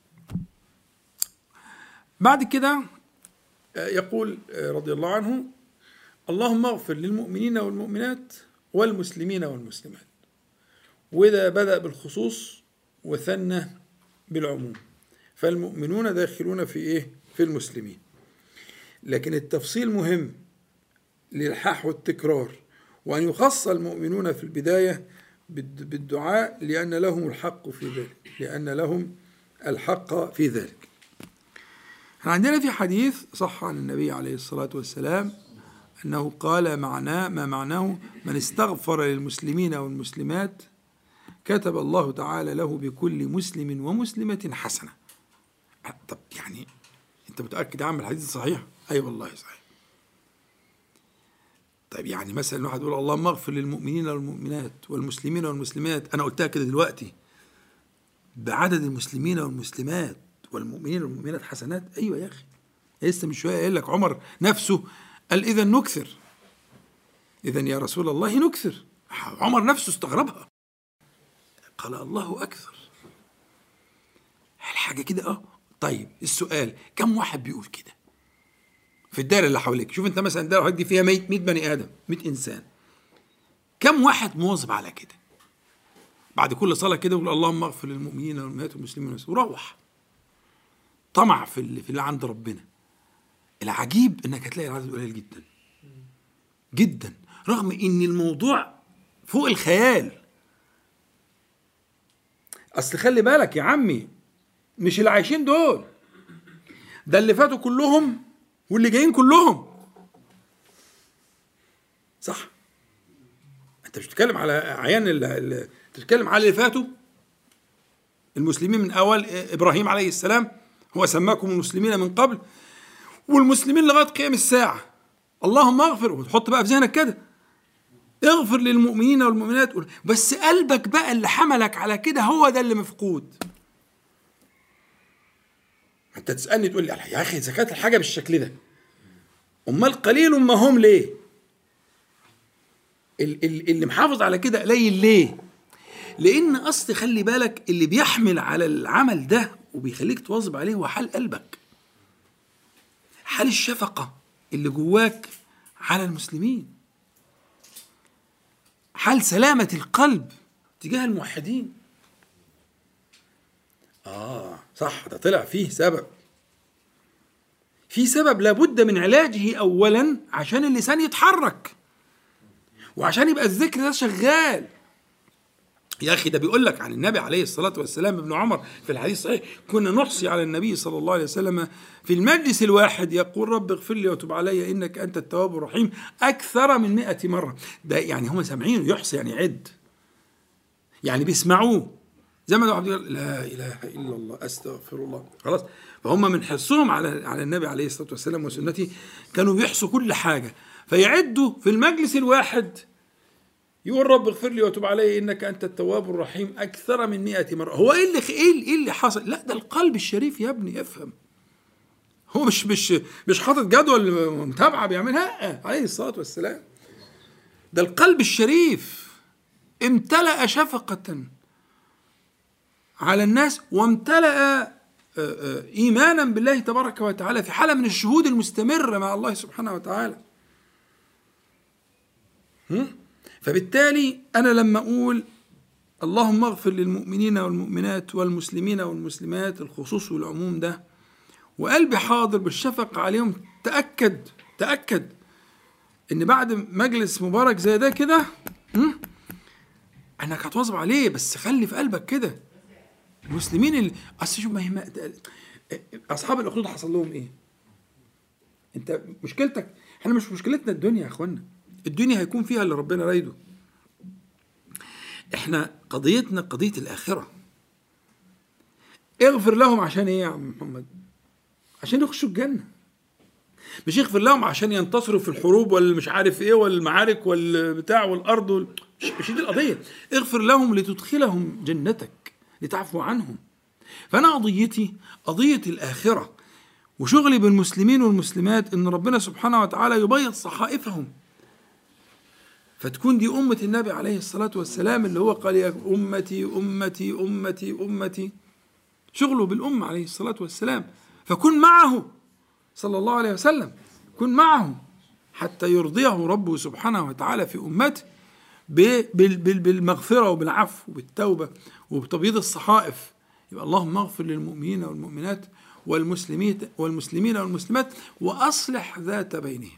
بعد كده يقول رضي الله عنه اللهم اغفر للمؤمنين والمؤمنات والمسلمين والمسلمات. وإذا بدأ بالخصوص وثنى بالعموم، فالمؤمنون داخلون في إيه؟ في المسلمين. لكن التفصيل مهم للحاح والتكرار، وأن يخص المؤمنون في البداية بالدعاء لأن لهم الحق في ذلك، لأن لهم الحق في ذلك. عندنا في حديث صح عن النبي عليه الصلاة والسلام أنه قال ما معناه من استغفر للمسلمين والمسلمات كتب الله تعالى له بكل مسلم ومسلمة حسنة. طب يعني أنت متأكد عن الحديث صحيح؟ أي والله صحيح. طيب يعني مثلا واحد يقول اللهم اغفر للمؤمنين والمؤمنات والمسلمين والمسلمات، أنا قلتها كده دلوقتي بعدد المسلمين والمسلمات والمؤمنين والمؤمنات حسنات. أيوة يا أخي، لسه من شوية قايل لك عمر نفسه قال إذا نكثر، إذا يا رسول الله نكثر. عمر نفسه استغربها، قال الله أكثر. الحاجة كده طيب السؤال، كم واحد بيقول كده في الدائرة اللي حواليك؟ شوف أنت مثلا الدائرة دي فيها 100 بني آدم، 100 إنسان، كم واحد مواظب على كده بعد كل صلاة كده يقول اللهم اغفر للمؤمنين والمؤمنات والمسلمين وروح طمع في اللي عند ربنا؟ العجيب انك هتلاقي العدد قليل جدا جدا، رغم ان الموضوع فوق الخيال. اصل خلي بالك يا عمي، مش اللي عايشين دول، ده اللي فاتوا كلهم واللي جايين كلهم، صح؟ انت مش بتتكلم على عيان انت بتتكلم على اللي فاتوا المسلمين من اول ابراهيم عليه السلام، هو سماكم المسلمين من قبل، والمسلمين لغايه قيام الساعه. اللهم اغفر، وتحط بقى في ذهنك كده اغفر للمؤمنين والمؤمنات، بس قلبك بقى اللي حملك على كده هو ده اللي مفقود. انت تسالني تقول لي يا اخي اذا كانت الحاجه بالشكل ده امال قليل ما هم ليه؟ اللي محافظ على كده قليل ليه؟ لان اصل خلي بالك اللي بيحمل على العمل ده وبيخليك تواظب عليه هو حال قلبك، حال الشفقة اللي جواك على المسلمين، حال سلامة القلب تجاه الموحدين. صح، ده طلع فيه سبب، في سبب لابد من علاجه أولا عشان اللسان يتحرك وعشان يبقى الذكر ده شغال. يا أخي ده بيقول لك عن النبي عليه الصلاة والسلام، ابن عمر في الحديث الصحيح كنا نحصي على النبي صلى الله عليه وسلم في المجلس الواحد يقول رب اغفر لي وتب علي إنك أنت التواب الرحيم أكثر من 100 مرة. ده يعني هم سامعين يحصي، يعني عد، يعني بيسمعوه زي ما واحد يقول لا إله إلا الله أستغفر الله، خلاص. فهم من حرصهم على النبي عليه الصلاة والسلام وسنته كانوا بيحصوا كل حاجة، فيعدوا في المجلس الواحد يقول رب اغفر لي وتب علي إنك أنت التواب الرحيم أكثر من 100 مرة. هو إيه اللي حصل؟ لا، ده القلب الشريف يا ابني، افهم. هو مش حاطط جدول متابعة بيعملها عليه الصلاة والسلام. ده القلب الشريف امتلأ شفقة على الناس، وامتلأ إيمانا بالله تبارك وتعالى، في حالة من الشهود المستمرة مع الله سبحانه وتعالى. فبالتالي أنا لما أقول اللهم اغفر للمؤمنين والمؤمنات والمسلمين والمسلمات، الخصوص والعموم ده، وقلبي حاضر بالشفقة عليهم، تأكد إن بعد مجلس مبارك زي ده كده انك هتواظب عليه. بس خلي في قلبك كده المسلمين اللي اصل شوف اصحاب الاخدود حصل لهم ايه؟ انت مشكلتك، احنا مش مشكلتنا الدنيا يا اخوانا، الدنيا هيكون فيها اللي ربنا رايده. احنا قضيتنا قضية الاخرة. اغفر لهم عشان ايه يا عم محمد؟ عشان يخشوا الجنة، مش يغفر لهم عشان ينتصروا في الحروب ولا مش عارف ايه والمعارك والبتاع والارض مش دي القضية. اغفر لهم لتدخلهم جنتك، لتعفو عنهم. فانا قضيتي قضية الاخرة، وشغلي بالمسلمين والمسلمات ان ربنا سبحانه وتعالى يبيض صحائفهم، فتكون دي أمة النبي عليه الصلاة والسلام اللي هو قال يا أمتي أمتي أمتي أمتي، شغله بالأمة عليه الصلاة والسلام. فكن معه صلى الله عليه وسلم، كن معه حتى يرضيه ربه سبحانه وتعالى في أمته بالمغفرة وبالعفو وبالتوبة وبتبييض الصحائف. يبقى اللهم اغفر للمؤمنين والمؤمنات والمسلمين والمسلمات وأصلح ذات بينهم.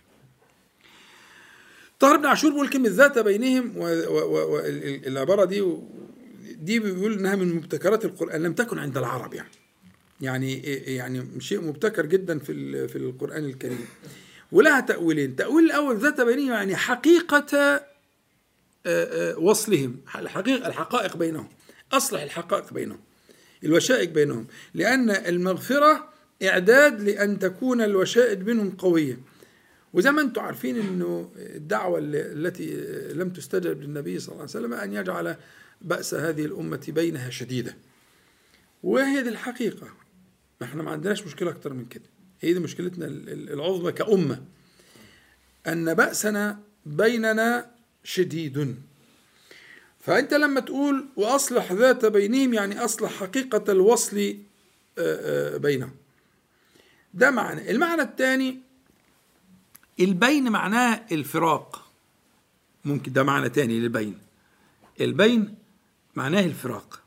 طاهر بن عاشور بيقول كلمة ذات بينهم، والعبارة دي بيقول إنها من مبتكرات القرآن، لم تكن عند العرب يعني شيء مبتكر جدا في القرآن الكريم، ولها تأويلين. تأويل الأول ذات بينهم يعني حقيقة وصلهم، الحقائق بينهم، أصلح الحقائق بينهم، الوشائج بينهم، لأن المغفرة إعداد لأن تكون الوشائج بينهم قوية. وزي ما أنتم عارفين أنه الدعوة التي لم تستجب للنبي صلى الله عليه وسلم أن يجعل بأس هذه الأمة بينها شديدة، وهي دي الحقيقة. احنا ما عندناش مشكلة أكتر من كده، هي دي مشكلتنا العظمى كأمة، أن بأسنا بيننا شديد. فأنت لما تقول وأصلح ذات بينهم يعني أصلح حقيقة الوصل بينهم، ده معنى. المعنى الثاني البين معناه الفراق، ممكن ده معنى تاني للبين. البين معناه الفراق،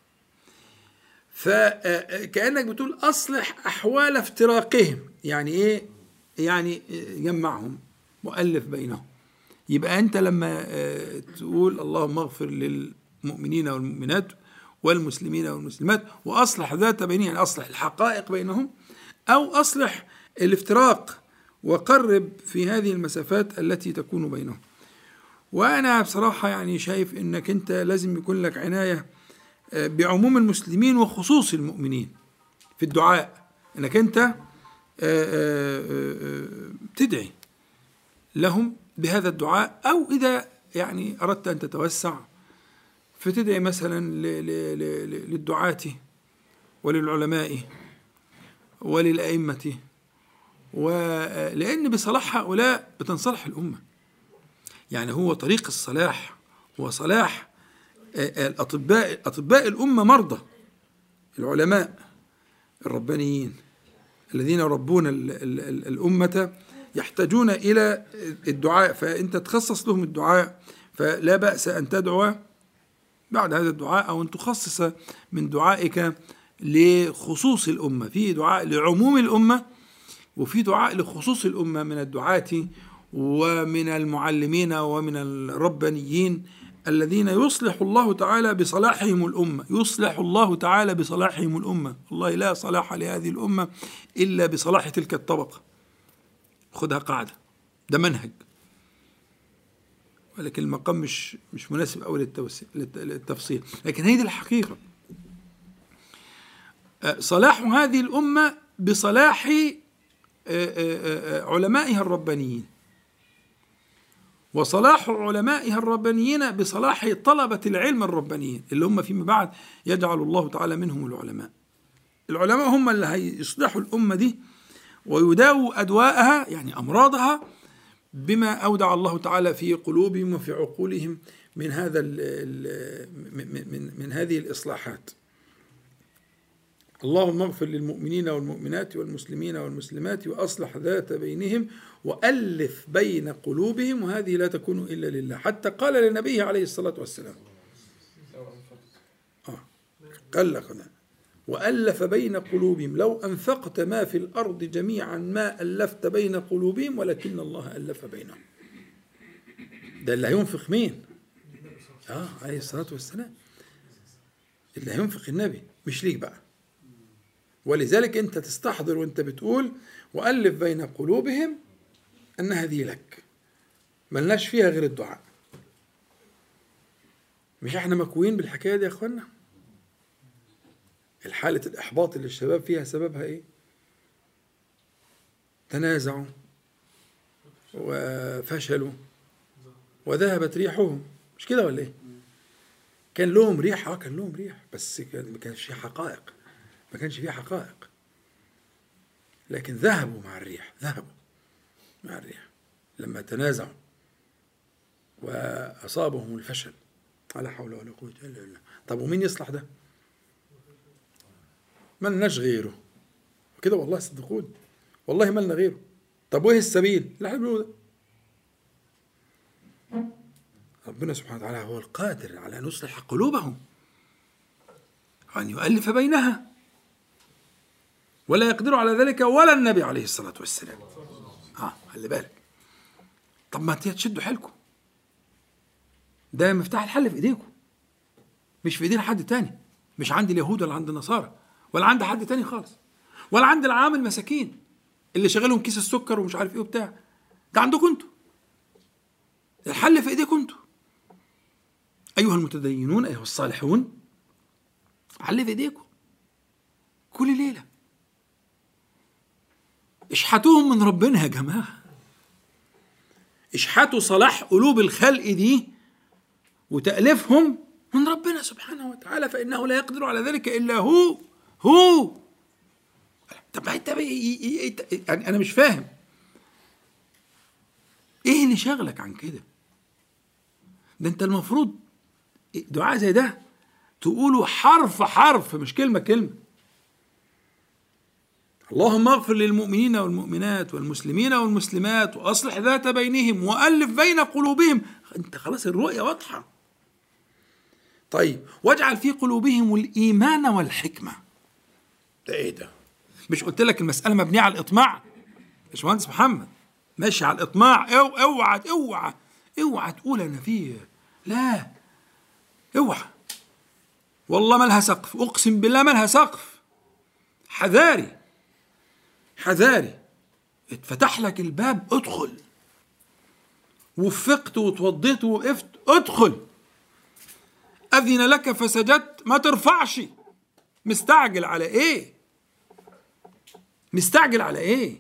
فكأنك بتقول أصلح أحوال افتراقهم. يعني إيه؟ يعني جمعهم، مؤلف بينهم. يبقى أنت لما تقول اللهم اغفر للمؤمنين والمؤمنات والمسلمين والمسلمات وأصلح ذات بينهم، يعني أصلح الحقائق بينهم أو أصلح الافتراق وقرب في هذه المسافات التي تكون بينهم. وأنا بصراحة يعني شايف إنك أنت لازم يكون لك عناية بعموم المسلمين وخصوص المؤمنين في الدعاء، إنك أنت تدعي لهم بهذا الدعاء، أو إذا يعني أردت أن تتوسع فتدعي مثلا للدعاة وللعلماء وللأئمة، ولأن بصلاح هؤلاء بتنصلح الأمة. يعني هو طريق الصلاح هو صلاح أطباء الأمة، مرضى العلماء الربانيين الذين يربون الأمة يحتاجون إلى الدعاء، فأنت تخصص لهم الدعاء. فلا بأس أن تدعو بعد هذا الدعاء أو أن تخصص من دعائك لخصوص الأمة. في دعاء لعموم الأمة وفي دعاء لخصوص الأمة من الدعاة ومن المعلمين ومن الربانيين الذين يصلح الله تعالى بصلاحهم الأمة، يصلح الله تعالى بصلاحهم الأمة. والله لا صلاح لهذه الأمة إلا بصلاح تلك الطبقة. خدها قاعدة، ده منهج، ولكن المقام مش مناسب أوي للتفصيل، لكن هذه الحقيقة. صلاح هذه الأمة بصلاح علمائها الربانيين، وصلاح علمائها الربانيين بصلاح طلبة العلم الربانيين اللي هم فيما بعد يجعل الله تعالى منهم العلماء. العلماء هم اللي هيصلحوا الأمة دي ويداووا أدواءها يعني أمراضها بما أودع الله تعالى في قلوبهم وفي عقولهم من هذا من هذه الإصلاحات. اللهم اغفر للمؤمنين والمؤمنات والمسلمين والمسلمات وأصلح ذات بينهم وألف بين قلوبهم، وهذه لا تكون إلا لله. حتى قال لنبيه عليه الصلاة والسلام قال لك وألف بين قلوبهم لو أنفقت ما في الأرض جميعا ما ألفت بين قلوبهم ولكن الله ألف بينهم. ده اللي هينفق مين؟ عليه الصلاة والسلام، اللي هينفق النبي مش ليك بقى. ولذلك أنت تستحضر وأنت بتقول وألف بين قلوبهم أن هذه لك، ملناش فيها غير الدعاء. مش احنا مكوين بالحكاية دي يا أخوانا؟ الحالة الإحباط اللي الشباب فيها سببها إيه؟ تنازعوا وفشلوا وذهبت ريحهم، مش كده ولا إيه؟ كان لهم ريح، كان لهم ريح، بس ما كانش فيها حقائق، ما كانش فيها حقائق، لكن ذهبوا مع الريح، ذهبوا مع الريح لما تنازعوا وأصابهم الفشل. لا حول ولا قوة إلا بالله. طب ومين يصلح ده؟ ملناش غيره كده والله، صدقوني والله ملنا غيره. طب وايه السبيل اللي احنا بنقوله ده؟ ربنا سبحانه وتعالى هو القادر على ان يصلح قلوبهم وان يؤلف بينها، ولا يقدر على ذلك ولا النبي عليه الصلاة والسلام. خلي بالك. طب ما تشدوا حيلكم، ده مفتاح الحل في ايديكم، مش في ايدين حد تاني، مش عند اليهود ولا عند النصارى ولا عند حد تاني خالص، ولا عند العامل المساكين اللي شغلهم كيس السكر ومش عارف ايه وبتاع. ده عندكم انتوا، الحل في ايديكم انتوا ايها المتدينون ايها الصالحون. الحل في ايديكم كل ليله. اشحتوهم من ربنا يا جماعه، اشحتوا صلاح قلوب الخلق دي وتألفهم من ربنا سبحانه وتعالى، فإنه لا يقدر على ذلك إلا هو. طب يعني أنا مش فاهم إيه اللي شغلك عن كده؟ ده أنت المفروض دعاء زي ده تقوله حرف حرف مش كلمة كلمة. اللهم اغفر للمؤمنين والمؤمنات والمسلمين والمسلمات وأصلح ذات بينهم وألف بين قلوبهم. أنت خلاص الرؤية واضحة. طيب واجعل في قلوبهم الإيمان والحكمة. ده إيه ده؟ مش قلت لك المسألة مبنية على الإطماع؟ باشمهندس محمد ماشي على الإطماع. اوعى تقول أنا فيه، لا اوعى والله ما لها سقف، أقسم بالله ما لها سقف. حذاري اتفتح لك الباب ادخل، وفقت وتوضيت ووقفت ادخل، أذن لك فسجدت ما ترفعش. مستعجل على ايه؟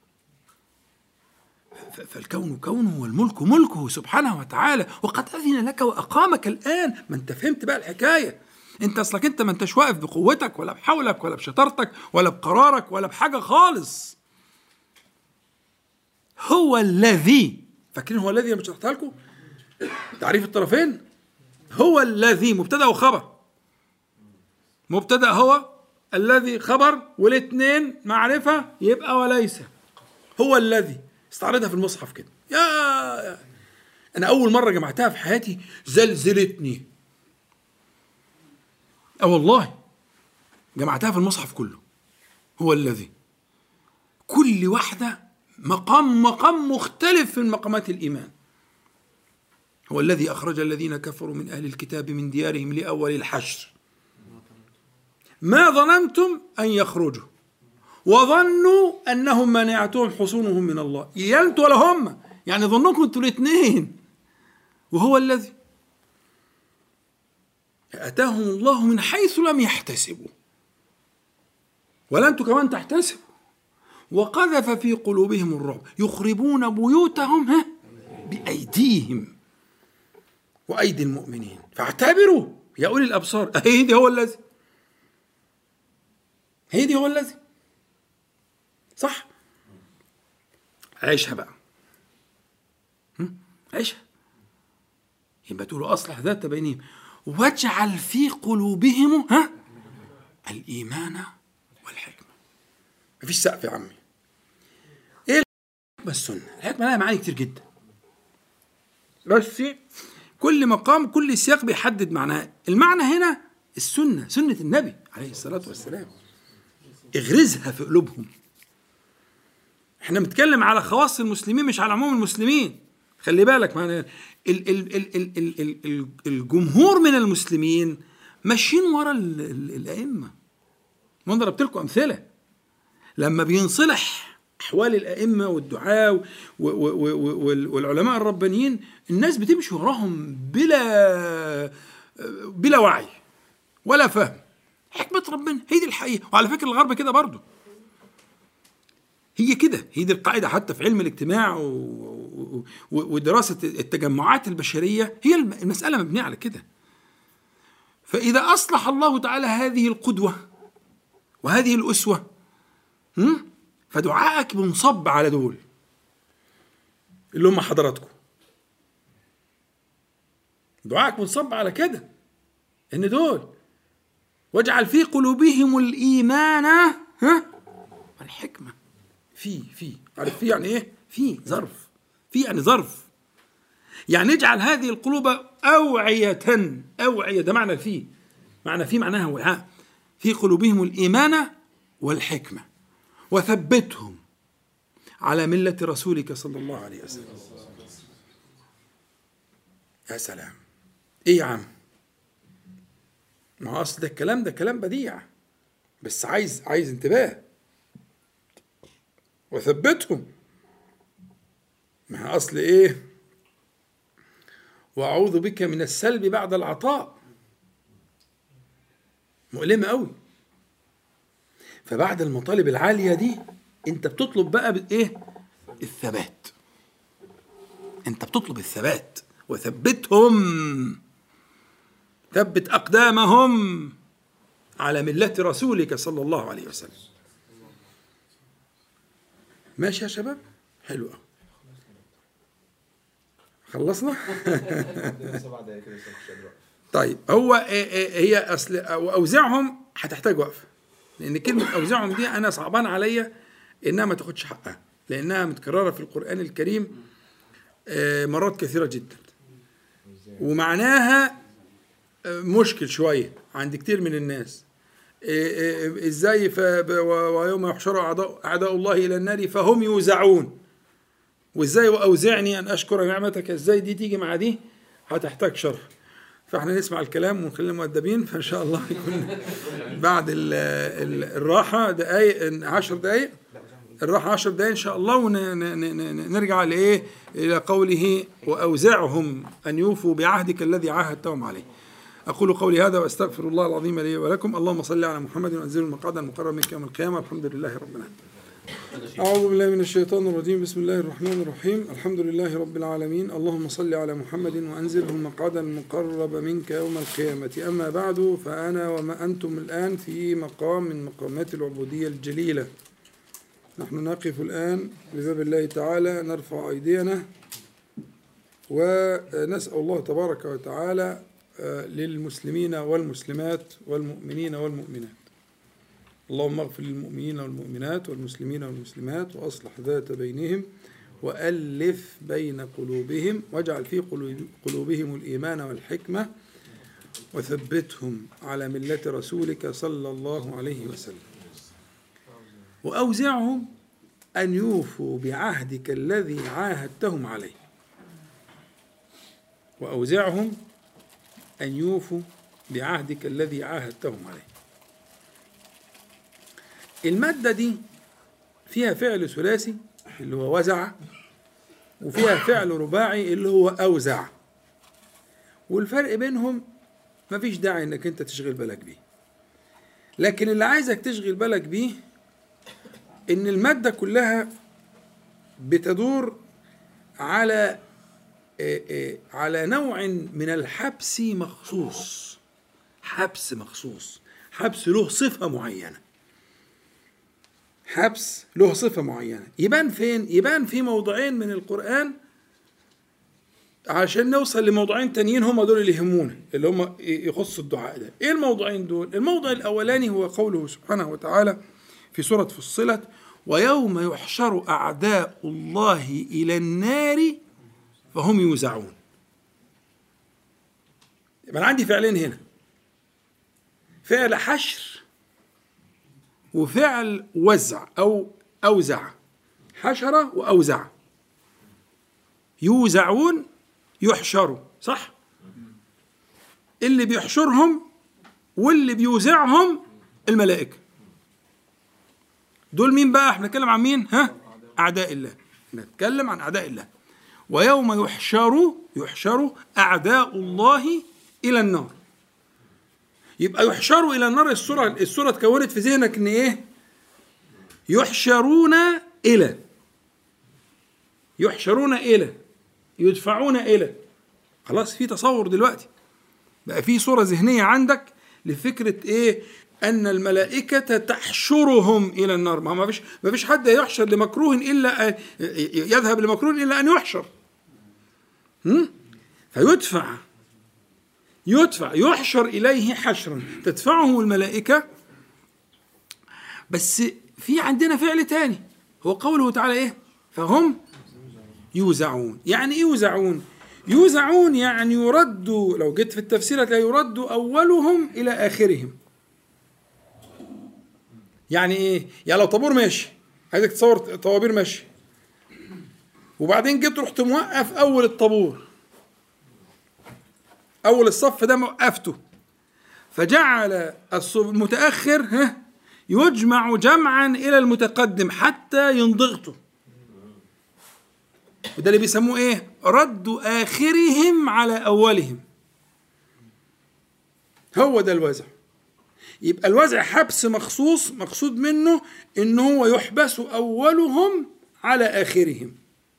فالكون كونه والملك ملكه سبحانه وتعالى، وقد أذن لك وأقامك الآن. ما انت فهمت بقى الحكاية. انت اصلك انت ما انتش واقف بقوتك ولا بحولك ولا بشطارتك ولا بقرارك ولا بحاجة خالص. هو الذي، فاكرين هو الذي؟ مش شرحتها لكم تعريف الطرفين؟ هو الذي مبتدأ وخبر، مبتدأ هو الذي خبر، والاثنين معرفة يبقى وليس. هو الذي استعرضها في المصحف كده. يا أنا أول مرة جمعتها في حياتي زلزلتني. والله جمعتها في المصحف كله. هو الذي، كل واحدة مقام مختلف من مقامات الإيمان. هو الذي أخرج الذين كفروا من أهل الكتاب من ديارهم لأول الحشر ما ظننتم أن يخرجوا وظنوا أنهم مانعتهم حصونهم من الله. يلتوا ولا هم، يعني ظنكم انتوا الاثنين. وهو الذي أتاهم الله من حيث لم يحتسبوا، ولا أنتم كمان تحتسبوا. وقذف في قلوبهم الرعب يخربون بيوتهم بأيديهم وأيدي المؤمنين فاعتبروا يا أولي الأبصار. هيدي هو الذي، هيدي هو الذي، صح. عيشها بقى، عيشها. يبقى تقولوا أصلح ذات بينهم واجعل في قلوبهم الإيمان والحكمة. مفيش سقف يا عمي. إيه الحكمة؟ السنة. الحكمة لها معاني كتير جدا، بس كل مقام كل سياق بيحدد معناه. المعنى هنا السنة، سنة النبي عليه الصلاة والسلام، اغرزها في قلوبهم. احنا بنتكلم على خواص المسلمين مش على عموم المسلمين. خلي بالك معنا الجمهور من المسلمين ماشيين ورا الأئمة. ما أنا ضربت لكم أمثلة لما بينصلح أحوال الأئمة والدعاة والعلماء الربانيين، الناس بتمشي وراهم بلا وعي ولا فهم. حكمة ربنا هي دي الحقيقة. وعلى فكرة الغرب كده برضو، هي كده، هي دي القاعدة حتى في علم الاجتماع ودراسة التجمعات البشرية. هي المسألة مبنية على كده. فإذا أصلح الله تعالى هذه القدوة وهذه الأسوة، فدعائك منصب على دول اللي هم حضراتكم. دعائك منصب على كده، إن دول واجعل في قلوبهم الإيمان والحكمة. في عارف في يعني إيه؟ في ظرف، في يعني ظرف، يعني اجعل هذه القلوب أوعية. ده معنى الفي، معنى في معناها وعاء. في قلوبهم الإيمان والحكمة وثبتهم على ملة رسولك صلى الله عليه وسلم. يا سلام، إيه يا عم؟ ما أصل ده الكلام ده كلام بديع، بس عايز انتباه. وثبتهم، ما أصل إيه؟ وأعوذ بك من السلب بعد العطاء. مؤلمة قوي. فبعد المطالب العالية دي أنت بتطلب بقى بإيه؟ الثبات. أنت بتطلب الثبات. وثبتهم، ثبت أقدامهم على ملة رسولك صلى الله عليه وسلم. ماشي يا شباب؟ حلو قوي. خلصنا؟ طيب، هو هي أصل أوزعهم هتحتاج وقفة، لأن كلمة أوزعهم دي أنا صعبان عليا إنها ما تاخدش حقها، لأنها متكررة في القرآن الكريم مرات كثيرة جدا، ومعناها مشكل شوية عند كتير من الناس. إزاي ويوم يحشر أعداء الله إلى النار فهم يوزعون، وإزاي وأوزعني أن أشكر نعمتك، إزاي دي تيجي مع دي؟ هتحتاج شرح. فإحنا نسمع الكلام ونخلينا مؤدبين، فإن شاء الله يكون بعد الراحة دقايق 10 دقايق، الراحة 10 دقايق إن شاء الله، ونرجع لإيه؟ إلى قوله وأوزعهم أن يوفوا بعهدك الذي عاهدتهم عليه. أقول قولي هذا وأستغفر الله العظيم لي ولكم. اللهم صل على محمد وأنزل المقعد المقرب منك يوم القيامة. الحمد لله رب العالمين. أعوذ بالله من الشيطان الرجيم. بسم الله الرحمن الرحيم. الحمد لله رب العالمين. اللهم صل على محمد وأنزله المقعد المقرب منك يوم القيامة. أما بعد، فأنا وما أنتم الآن في مقام من مقامات العبودية الجليلة. نحن نقف الآن بباب الله تعالى، نرفع أيدينا ونسأل الله تبارك وتعالى للمسلمين والمسلمات والمؤمنين والمؤمنات. اللهم اغفر للمؤمنين والمؤمنات والمسلمين والمسلمات وأصلح ذات بينهم وألف بين قلوبهم واجعل في قلوبهم الإيمان والحكمة وثبتهم على ملة رسولك صلى الله عليه وسلم. وأوزعهم أن يوفوا بعهدك الذي عاهدتهم عليه. وأوزعهم أن يوفوا بعهدك الذي عاهدتهم عليه. المادة دي فيها فعل ثلاثي اللي هو وزع، وفيها فعل رباعي اللي هو أوزع، والفرق بينهم مفيش داعي انك انت تشغل بالك بيه. لكن اللي عايزك تشغل بالك بيه ان المادة كلها بتدور على على نوع من الحبس مخصوص، حبس مخصوص، حبس له صفة معينة، حبس له صفة معينة. يبان فين؟ يبان في موضعين من القرآن، عشان نوصل لموضوعين تانيين هم دول اللي يهمونا، اللي هم يخصوا الدعاء ده. ايه الموضوعين دول؟ الموضع الاولاني هو قوله سبحانه وتعالى في سورة فصلت: ويوم يحشر أعداء الله إلى النار فهم يوزعون. يبقى أنا عندي فعلين هنا، فعل حشر وفعل وزع أو أوزع. حشر وأوزع. يوزعون، يحشروا، صح؟ اللي بيحشرهم واللي بيوزعهم الملائكة. دول مين بقى؟ احنا نتكلم عن مين؟ أعداء الله. نتكلم عن أعداء الله. ويوم يحشر أعداء الله إلى النار. يبقى يحشروا إلى النار. السورة اتكونت في ذهنك إن إيه؟ يحشرون إلى، يحشرون إلى، يدفعون إلى. خلاص في تصور دلوقتي، بقى في صورة ذهنية عندك لفكرة إيه؟ أن الملائكة تحشرهم إلى النار. ما فيش حد يحشر لمكروه إلا يذهب لمكروه إلا أن يحشر. فيدفع، يحشر إليه حشرا تدفعه الملائكة. بس في عندنا فعل تاني هو قوله تعالى إيه؟ فهم يوزعون. يعني إيه يوزعون؟ يوزعون يعني يردوا، لو جيت في التفسير هتلاقي يردوا أولهم إلى آخرهم. يعني إيه؟ يعني لو طابور ماشي، عايزك تصور طوابير ماشي، وبعدين جيت رحت موقف أول الطابور، أول الصف ده موقفته، فجعل المتأخر يجمع جمعا إلى المتقدم حتى ينضغطه. وده اللي بيسموه إيه؟ رد آخرهم على أولهم. هو ده الوزع. يبقى الوزع حبس مخصوص، مقصود منه إنه هو يحبس أولهم على آخرهم،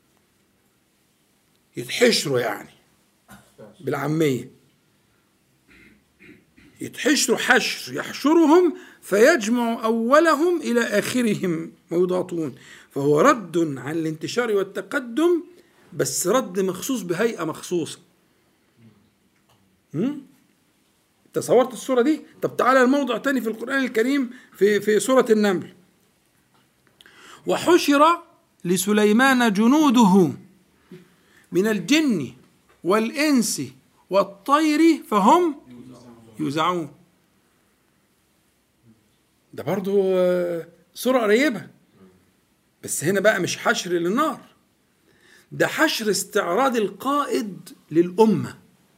يتحشروا يعني بالعامية، يتحشروا حشر، يحشرهم فيجمع أولهم إلى آخرهم ويضاطون. فهو رد عن الانتشار والتقدم، بس رد مخصوص بهيئة مخصوصة. تصورت الصورة دي؟ طب تعالى الموضع تاني في القرآن الكريم في سورة النمل: وحشر لسليمان جنوده من الجن والإنس والطير فهم يوزعون. ده برضو سورة قريبة، بس هنا بقى مش حشر للنار، ده حشر استعراض القائد للأمة.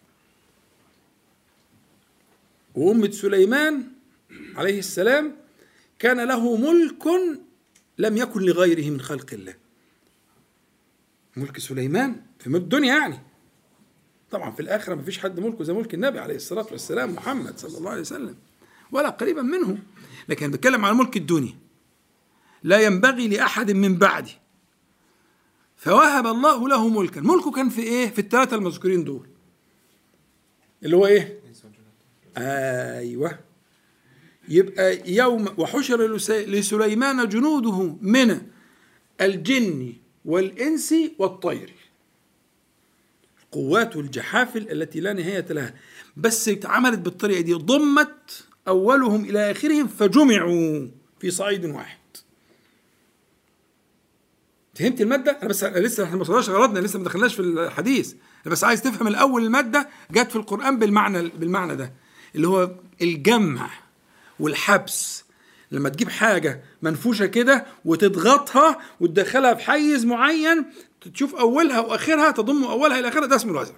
وأمة سليمان عليه السلام كان له ملك لم يكن لغيره من خلق الله. ملك سليمان في الدنيا يعني، طبعا في الآخرة ما فيش حد ملكه زي ملك النبي عليه الصلاة والسلام محمد صلى الله عليه وسلم، ولا قريبا منه. لكن بتكلم عن ملك الدنيا، لا ينبغي لأحد من بعدي. فوهب الله له ملكا. ملكه كان في إيه؟ في الثلاثة المذكورين دول، اللي هو إيه؟ أيوة. يبقى يوم وحشر لسليمان جنوده من الجن والإنس والطير، القوات والجحافل التي لا نهاية لها، بس اتعملت بالطريقة دي، ضمت أولهم إلى آخرهم فجمعوا في صعيد واحد. فهمت المادة؟ أنا بس لسه احنا ما وصلناش غلطنا، لسه ما دخلناش في الحديث، أنا بس عايز تفهم الأول المادة جت في القرآن بالمعنى ده، اللي هو الجمع والحبس. لما تجيب حاجة منفوشة كده وتضغطها وتدخلها في حيز معين، تشوف أولها وآخرها، تضم أولها إلى آخرها، ده اسمه الوزع.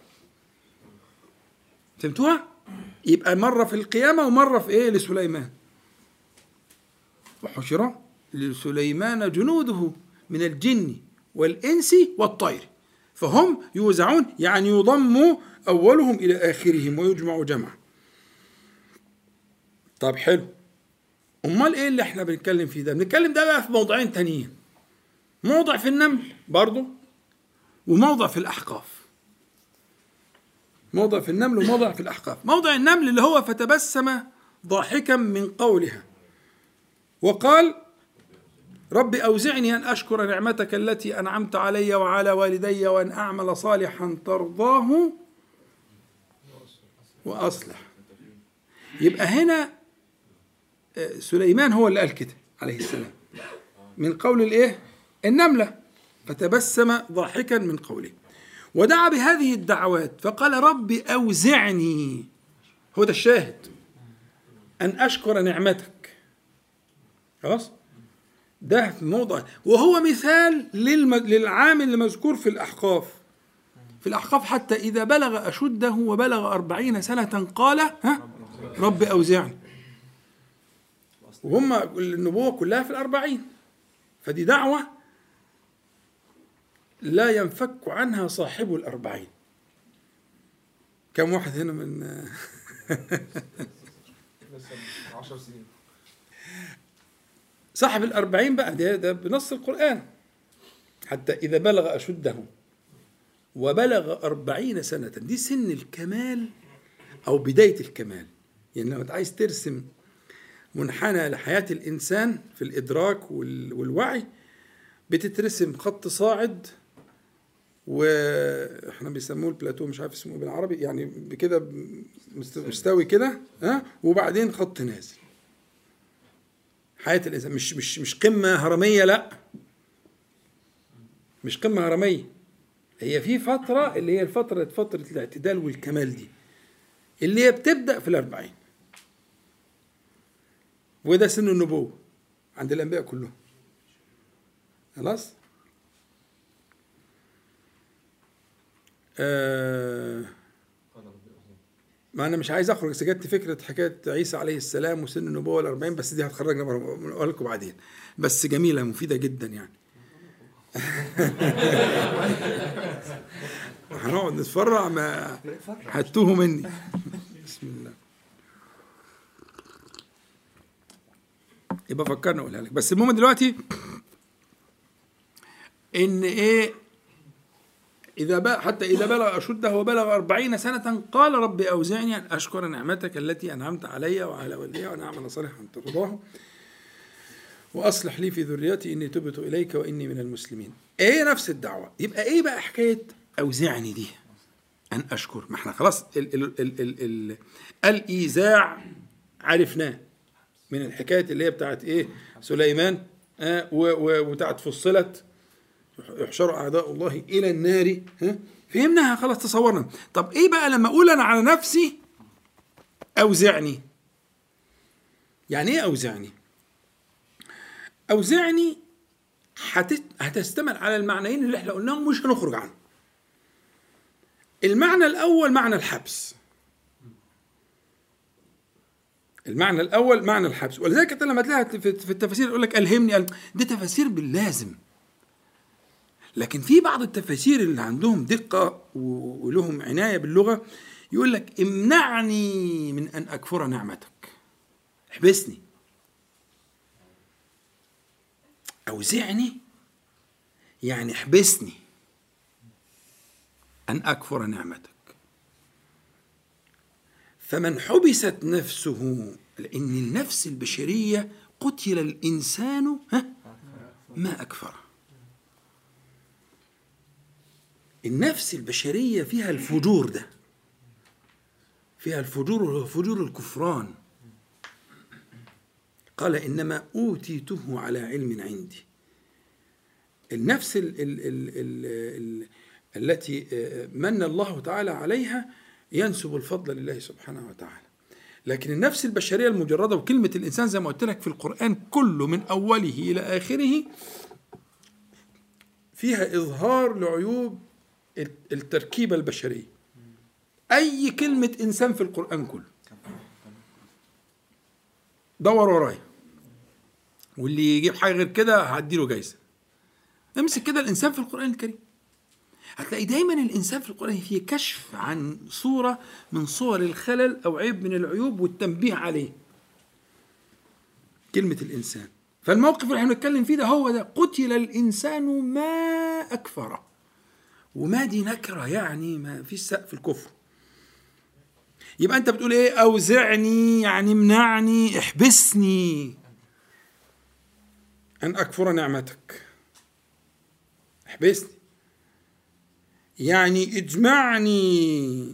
فهمتوها؟ يبقى مرة في القيامة ومرة في إيه؟ لسليمان. وحشر لسليمان جنوده من الجن والإنس والطير فهم يوزعون، يعني يضم أولهم إلى آخرهم ويجمع جمعا. طب حلو، أمال إيه اللي احنا بنتكلم فيه ده؟ بنتكلم ده بقى في موضوعين تانيين، موضع في النمل برضو وموضع في الأحقاف. موضع في النمل وموضع في الأحقاف. موضع النمل اللي هو فتبسم ضاحكا من قولها وقال رب أوزعني أن أشكر نعمتك التي أنعمت علي وعلى والدي وأن أعمل صالحا ترضاه وأصلح. يبقى هنا سليمان هو اللي قال كده عليه السلام من قول الإيه؟ النملة، فتبسم ضاحكا من قوله ودعا بهذه الدعوات فقال رب أوزعني، هو ده الشاهد، أن أشكر نعمتك. خلاص، ده موضع، وهو مثال للعامل المذكور في الأحقاف. في الأحقاف حتى إذا بلغ أشده وبلغ 40 سنة قال رب أوزعني، وهم النبوة كلها في 40، فدي دعوة لا ينفك عنها صاحب 40. كم واحد هنا من 10 سنين صاحب 40 بقى؟ ده بنص القرآن، حتى إذا بلغ أشده وبلغ 40 سنة، دي سن الكمال أو بداية الكمال. يعني لو أنت عايز ترسم منحنى لحياة الإنسان في الإدراك والوعي، بتترسم خط صاعد، واحنا بيسموه البلاتو، مش عارف اسمه بالعربي، يعني بكده مستوي كده، وبعدين خط نازل. حياة الإنسان مش قمة هرمية، لا مش قمة هرمية، هي في فترة اللي هي فترة الاعتدال والكمال دي، اللي هي بتبدأ في 40، وده سن النبوة عند الأنبياء كلهم. خلاص. ما أنا مش عايز أخرج، سجدت فكرة حكاية عيسى عليه السلام وسن النبوة 40، بس دي هتخرجنا بقول لكم بعدين، بس جميلة مفيدة جدا يعني. هنقعد نتفرع، ما هتوه مني. بسم الله. يبقى فكرنا أقولها لك، بس المهم دلوقتي إن إيه، حتى إذا بلغ أشده وبلغ 40 سنة قال رب أوزعني أن أشكر نعمتك التي أنعمت علي وعلى والدي وأن أعمل صالحا ترضاه وأصلح لي في ذريتي إني تبت إليك وإني من المسلمين. إيه نفس الدعوة. يبقى إيه بقى حكاية أوزعني دي أن أشكر؟ ما إحنا خلاص الإيزاع عرفناه من الحكاية اللي هي بتاعت إيه سليمان، وبتاعت فصلت يحشر أعداء الله إلى النار، فهمناها خلاص، تصورنا. طب إيه بقى لما أقول أنا على نفسي أوزعني؟ يعني إيه أوزعني؟ أوزعني هتستمر على المعنيين اللي احنا قلناهم، مش هنخرج عنه. المعنى الأول معنى الحبس، المعنى الأول معنى الحبس، ولذلك لما تلاقي في التفاسير يقول لك ألهمني، دي تفاسير باللازم. لكن في بعض التفاسير اللي عندهم دقة ولهم عناية باللغة يقول لك امنعني من أن أكفر نعمتك، احبسني. أوزعني يعني احبسني أن أكفر نعمتك. فمن حبست نفسه، لأن النفس البشرية قتل الإنسان ما أكفره. النفس البشرية فيها الفجور ده، فيها الفجور وفجور الكفران. قال إنما أوتيته على علم عندي. النفس التي من الله تعالى عليها ينسب الفضل لله سبحانه وتعالى. لكن النفس البشرية المجردة، وكلمة الإنسان زي ما قلت لك في القرآن كله من أوله إلى آخره فيها إظهار لعيوب التركيبة البشرية. أي كلمة إنسان في القرآن كله دور ورايا، واللي يجيب حاجة غير كده هعديله جايزة. امسك كده الإنسان في القرآن الكريم، هتلاقي دايما الإنسان في القرآن فيه كشف عن صورة من صور الخلل أو عيب من العيوب والتنبيه عليه. كلمة الإنسان، فالموقف اللي احنا بنتكلم فيه ده هو ده، قتل الإنسان ما أكفره. وما دي نكرة، يعني ما فيش سقف الكفر. يبقى أنت بتقول إيه؟ أوزعني يعني امنعني، احبسني أن أكفر نعمتك، احبسني يعني اجمعني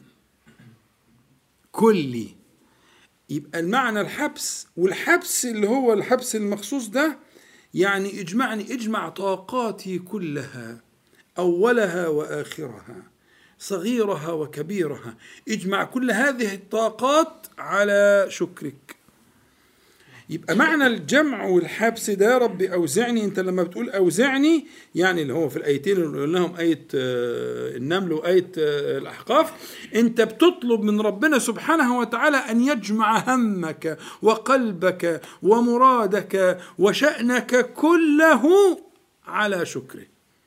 كلي. يبقى المعنى الحبس، والحبس اللي هو الحبس المخصوص ده يعني اجمعني، اجمع طاقاتي كلها، أولها وآخرها، صغيرها وكبيرها، اجمع كل هذه الطاقات على شكرك. يبقى معنى الجمع والحبس ده يا رب أوزعني، أنت لما بتقول أوزعني يعني اللي هو في الآيتين اللي قلناهم آية النمل وآية الأحقاف، أنت بتطلب من ربنا سبحانه وتعالى أن يجمع همك وقلبك ومرادك وشأنك كله على شكره،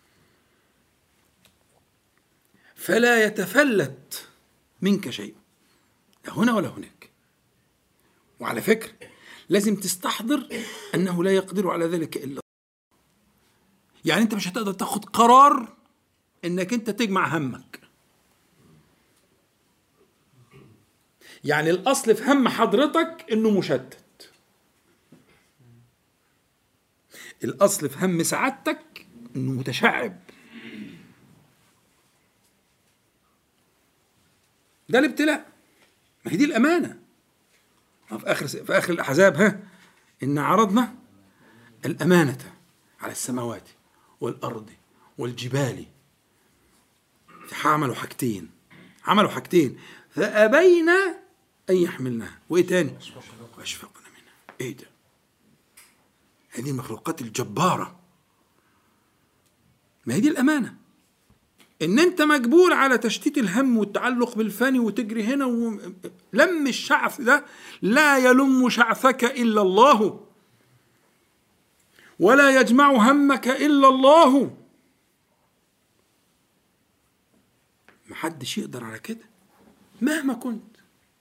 فلا يتفلت منك شيء لا هنا ولا هناك. وعلى فكرة لازم تستحضر أنه لا يقدر على ذلك إلا الله. يعني أنت مش هتقدر تاخد قرار أنك أنت تجمع همك. يعني الأصل في هم حضرتك أنه مشتت، الأصل في هم سعادتك أنه متشعب. ده الابتلاء، ما هي دي الأمانة. في آخر الأحزاب إن عرضنا الأمانة على السماوات والأرض والجبال، عملوا حاجتين فأبين أن يحملنها، وإيه تاني؟ وأشفقنا منها. إيه ده؟ هذه المخلوقات الجبارة. ما هي دي الأمانة، إن أنت مجبور على تشتيت الهم والتعلق بالفاني وتجري هنا لم الشعث ده لا يلم شعثك إلا الله، ولا يجمع همك إلا الله. محدش يقدر على كده مهما كنت.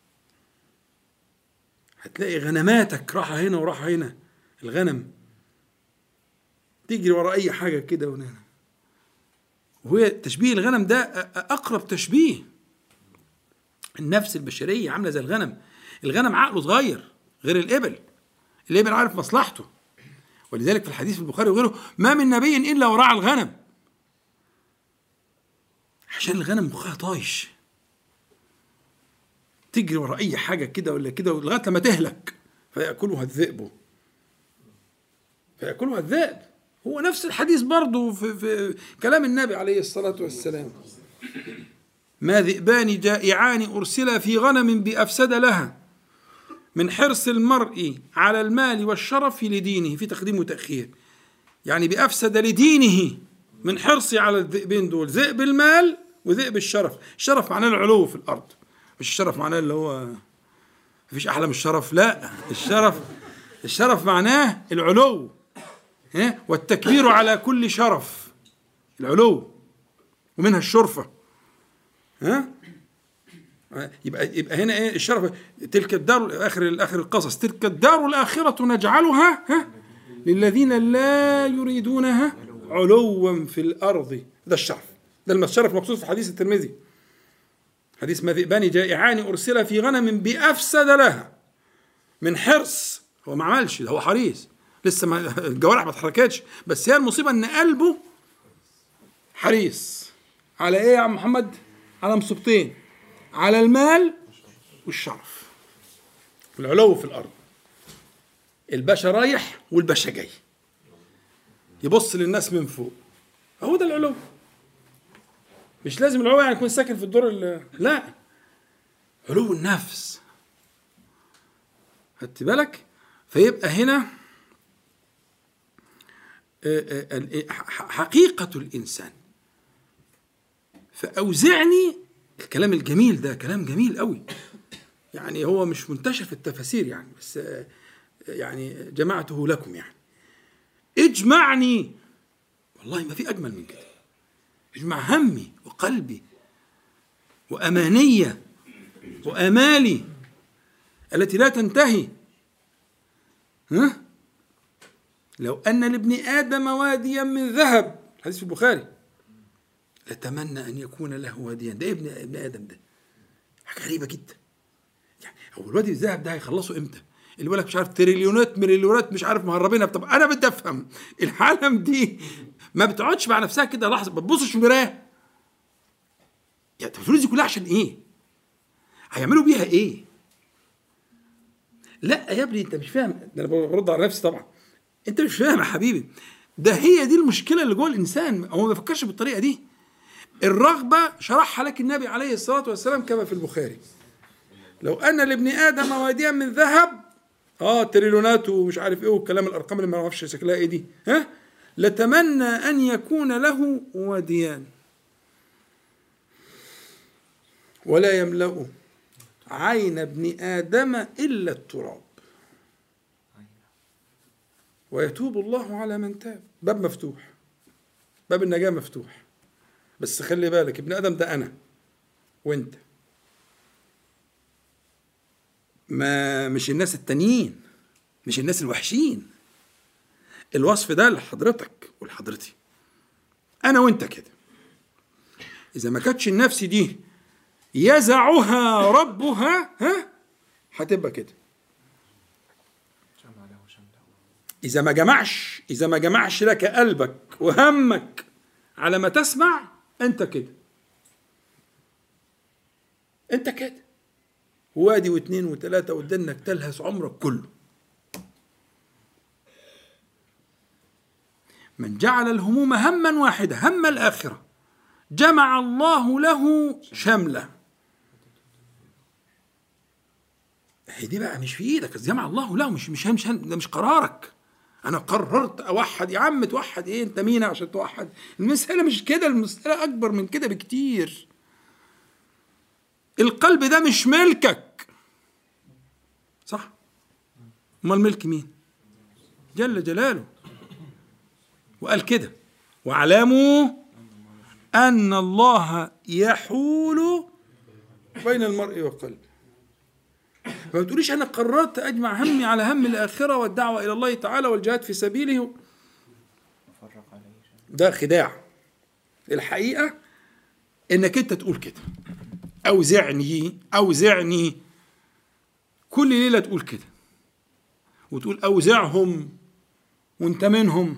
هتلاقي غنماتك راحة هنا وراحة هنا، الغنم تجري ورا أي حاجة كده ونهنا. وهي تشبيه الغنم ده أقرب تشبيه. النفس البشرية عاملة زي الغنم. الغنم عقله صغير غير الإبل عارف مصلحته. ولذلك في الحديث في البخاري وغيره ما من نبي إلا وراعى الغنم، عشان الغنم مخها طايش، تجري ورا أي حاجة كده ولا كده لغاية لما تهلك فيأكلها الذئب. هو نفس الحديث برضو في كلام النبي عليه الصلاة والسلام: ما ذئبان جائعان أرسلا في غنم بأفسد لها من حرص المرء على المال والشرف لدينه، في تقديم وتأخير. يعني بأفسد لدينه من حرصي على الذئبين دول، ذئب المال وذئب الشرف. الشرف معناه العلو في الأرض، مش الشرف معناه اللي هو مفيش أحلى من الشرف، لا، الشرف معناه العلو والتكبير على كل شرف، العلو ومنها الشرفة. يبقى هنا ايه الشرف؟ تلك الدار، اخر القصص، تلك الدار الآخرة نجعلها للذين لا يريدونها علوا في الأرض. ده الشرف، ده الشرف مقصود في حديث الترمذي، حديث ما ذئبان جائعان أرسل في غنم بأفسد لها من حرص. هو ما عملش ده، هو حريص، لسه الجوارح ما اتحركتش، بس هي المصيبة ان قلبه حريص على ايه يا عم محمد؟ على مصيبتين: على المال والشرف والعلو في الأرض. الباشا رايح والباشا جاي، يبص للناس من فوق، هو ده العلو. مش لازم العلو يعني يكون ساكن في الدور لا، علو النفس، خدت بالك؟ فيبقى هنا حقيقة الإنسان. فأوزعني، الكلام الجميل ده كلام جميل قوي، يعني هو مش منتشر في التفاسير يعني، بس يعني جمعته لكم. يعني اجمعني، والله ما في أجمل من كده. اجمع همي وقلبي وأمانية وآمالي التي لا تنتهي. لو أن لابن آدم واديا من ذهب، حديث في البخاري، لتمنى أن يكون له واديا. ده ابن آدم، ده حاجة غريبة جدا. هو الوادي الذهب ده هيخلصوا امتى؟ اللي بيقول لك مش عارف تريليونات مليونات مش عارف مهربينها. طب انا بدي افهم العالم دي ما بتقعدش مع نفسها كده لحظه ما تبصش في المرايه؟ يعني الفلوس دي كلها عشان ايه؟ هيعملوا بيها ايه؟ لا يا ابني انت مش فاهم. ده انا برد على نفسي طبعا. انت مش فاهم يا حبيبي. ده هي دي المشكله اللي جوه الانسان، هو ما بيفكرش بالطريقه دي. الرغبه شرحها لك النبي عليه الصلاه والسلام كما في البخاري: لو ان لابن ادم واديا من ذهب، تريليونات ومش عارف ايه والكلام الارقام اللي ما اعرفش شكلها ايه دي، لتمنى ان يكون له واديان ولا يملأ عين ابن آدم إلا التراب ويتوب الله على من تاب. باب مفتوح، باب النجاة مفتوح. بس خلي بالك ابن آدم ده أنا وإنت، ما مش الناس التانيين، مش الناس الوحشين. الوصف ده لحضرتك ولحضرتي، أنا وإنت كده. إذا ما كانتش النفس دي يزعها ربها هتبقى كده. إذا ما جمعش لك قلبك وهمك على ما تسمع، أنت كده. وادي واثنين وثلاثة ودنك تلهس عمرك كله. من جعل الهموم هما واحدة، هم الآخرة، جمع الله له شمله. هي دي بقى مش في ايدك، جمع الله له، مش ده مش قرارك. انا قررت اوحد. يا عم توحد ايه؟ انت مين عشان توحد؟ المسألة مش كده، المسألة اكبر من كده بكتير. القلب ده مش ملكك، صح؟ امال ملك مين؟ جل جلاله. وقال كده: واعلموا ان الله يحول بين المرء وقلبه. فما تقوليش أنا قررت أجمع همي على هم الآخرة والدعوة إلى الله تعالى والجهاد في سبيله. ده خداع. الحقيقة إنك أنت تقول كده: أوزعني. كل ليلة تقول كده، وتقول أوزعهم وأنت منهم.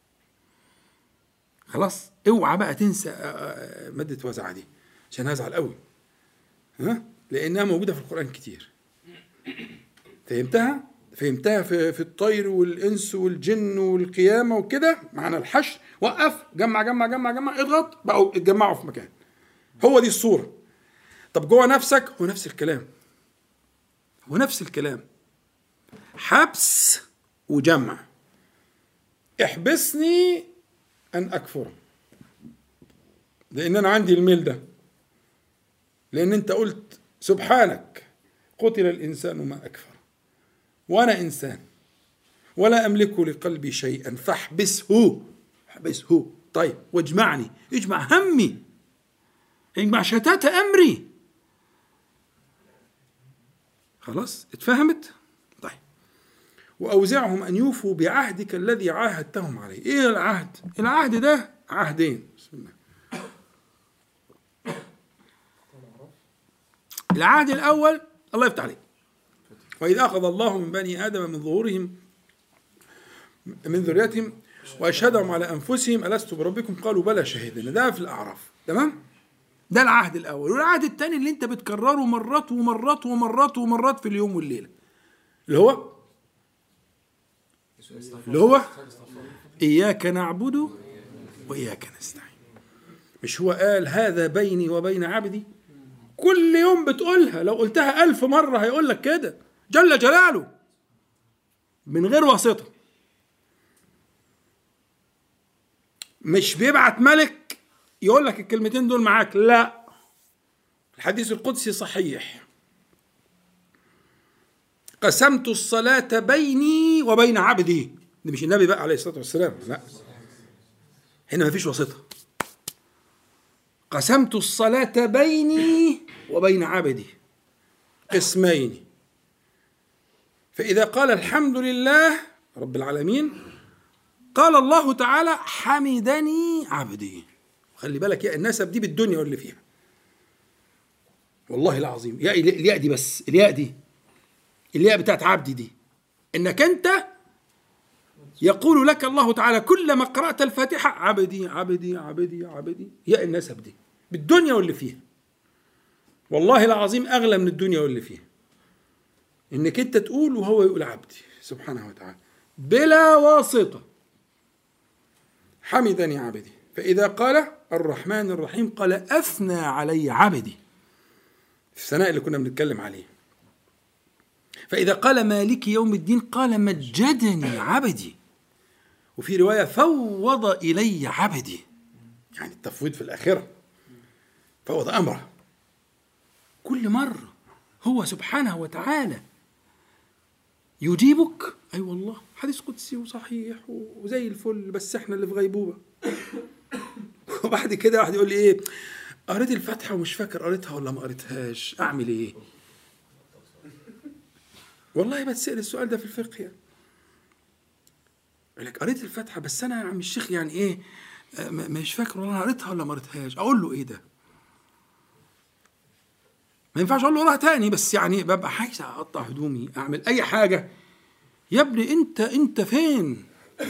خلاص اوعى بقى تنسى مادة وزع دي، عشان هزعل قوي، لأنها موجودة في القرآن كتير. فهمتها في الطير والإنس والجن والقيامة وكده، معنى الحشر. وقف، جمع اضغط، بقوا اتجمعوا في مكان. هو دي الصورة. طب جوه نفسك هو نفس الكلام، حبس وجمع. احبسني أن أكفر، لأن أنا عندي الميل ده، لأن أنت قلت سبحانك قتل الإنسان ما أكفر، وأنا إنسان ولا أملك لقلبي شيئا فاحبسه. طيب واجمعني، اجمع همي، اجمع شتات أمري. خلاص اتفهمت؟ طيب وأوزعهم أن يوفوا بعهدك الذي عاهدتهم عليه. إيه العهد؟ العهد ده عهدين. بسم الله. العهد الأول الله يفتح عليك: وإذ أخذ الله من بني آدم من ظهورهم من ذريتهم وأشهدهم على أنفسهم ألست بربكم قالوا بلى شهدنا. ده في الأعراف، تمام؟ ده العهد الأول. والعهد الثاني اللي أنت بتكرره مرات في اليوم والليلة، اللي هو إياك نعبد وإياك نستعين. مش هو قال هذا بيني وبين عبدي؟ كل يوم بتقولها، لو قلتها 1000 مرة هيقول لك كده جل جلاله من غير واسطة. مش بيبعت ملك يقول لك الكلمتين دول معاك، لا. الحديث القدسي صحيح: قسمت الصلاة بيني وبين عبدي. ده مش النبي بقى عليه الصلاة والسلام، لا، هنا ما فيش واسطة. قسمت الصلاة بيني وبين عبدي قسمين، فإذا قال الحمد لله رب العالمين قال الله تعالى حمدني عبدي. خلي بالك يا النسب دي بالدنيا واللي فيها، والله العظيم. الياء دي بس، الياء دي الياء بتاعت عبدي دي، انك انت يقول لك الله تعالى كلما قرأت الفاتحة عبدي عبدي عبدي عبدي، ياء النسب دي بالدنيا واللي فيها، والله العظيم أغلى من الدنيا واللي فيها، إنك أنت تقول وهو يقول عبدي سبحانه وتعالى بلا واسطة. حمدني عبدي، فإذا قال الرحمن الرحيم قال أثنى علي عبدي، في الثناء اللي كنا بنتكلم عليه. فإذا قال مالك يوم الدين قال مجدني عبدي. وفي رواية فوض إلي عبدي، يعني التفويض في الآخرة، فوض أمره. كل مرة هو سبحانه وتعالى يجيبك. أي والله حديث قدسي وصحيح وزي الفل، بس احنا اللي في غيبوبة. وبعد كده واحد يقول لي ايه، قريت الفاتحة ومش فاكر قريتها ولا ما قريتهاش، اعمل ايه؟ والله بتسأل السؤال ده في الفقه يعني. يقول لك قريت الفاتحة بس انا يا عم الشيخ يعني ايه مش فاكر والله قريتها ولا ما قريتهاش. اقول له ايه ده؟ ما ينفعش اقول له قراها تاني، بس يعني ببقى عايز اقطع هدومي اعمل اي حاجة. يا ابني انت فين؟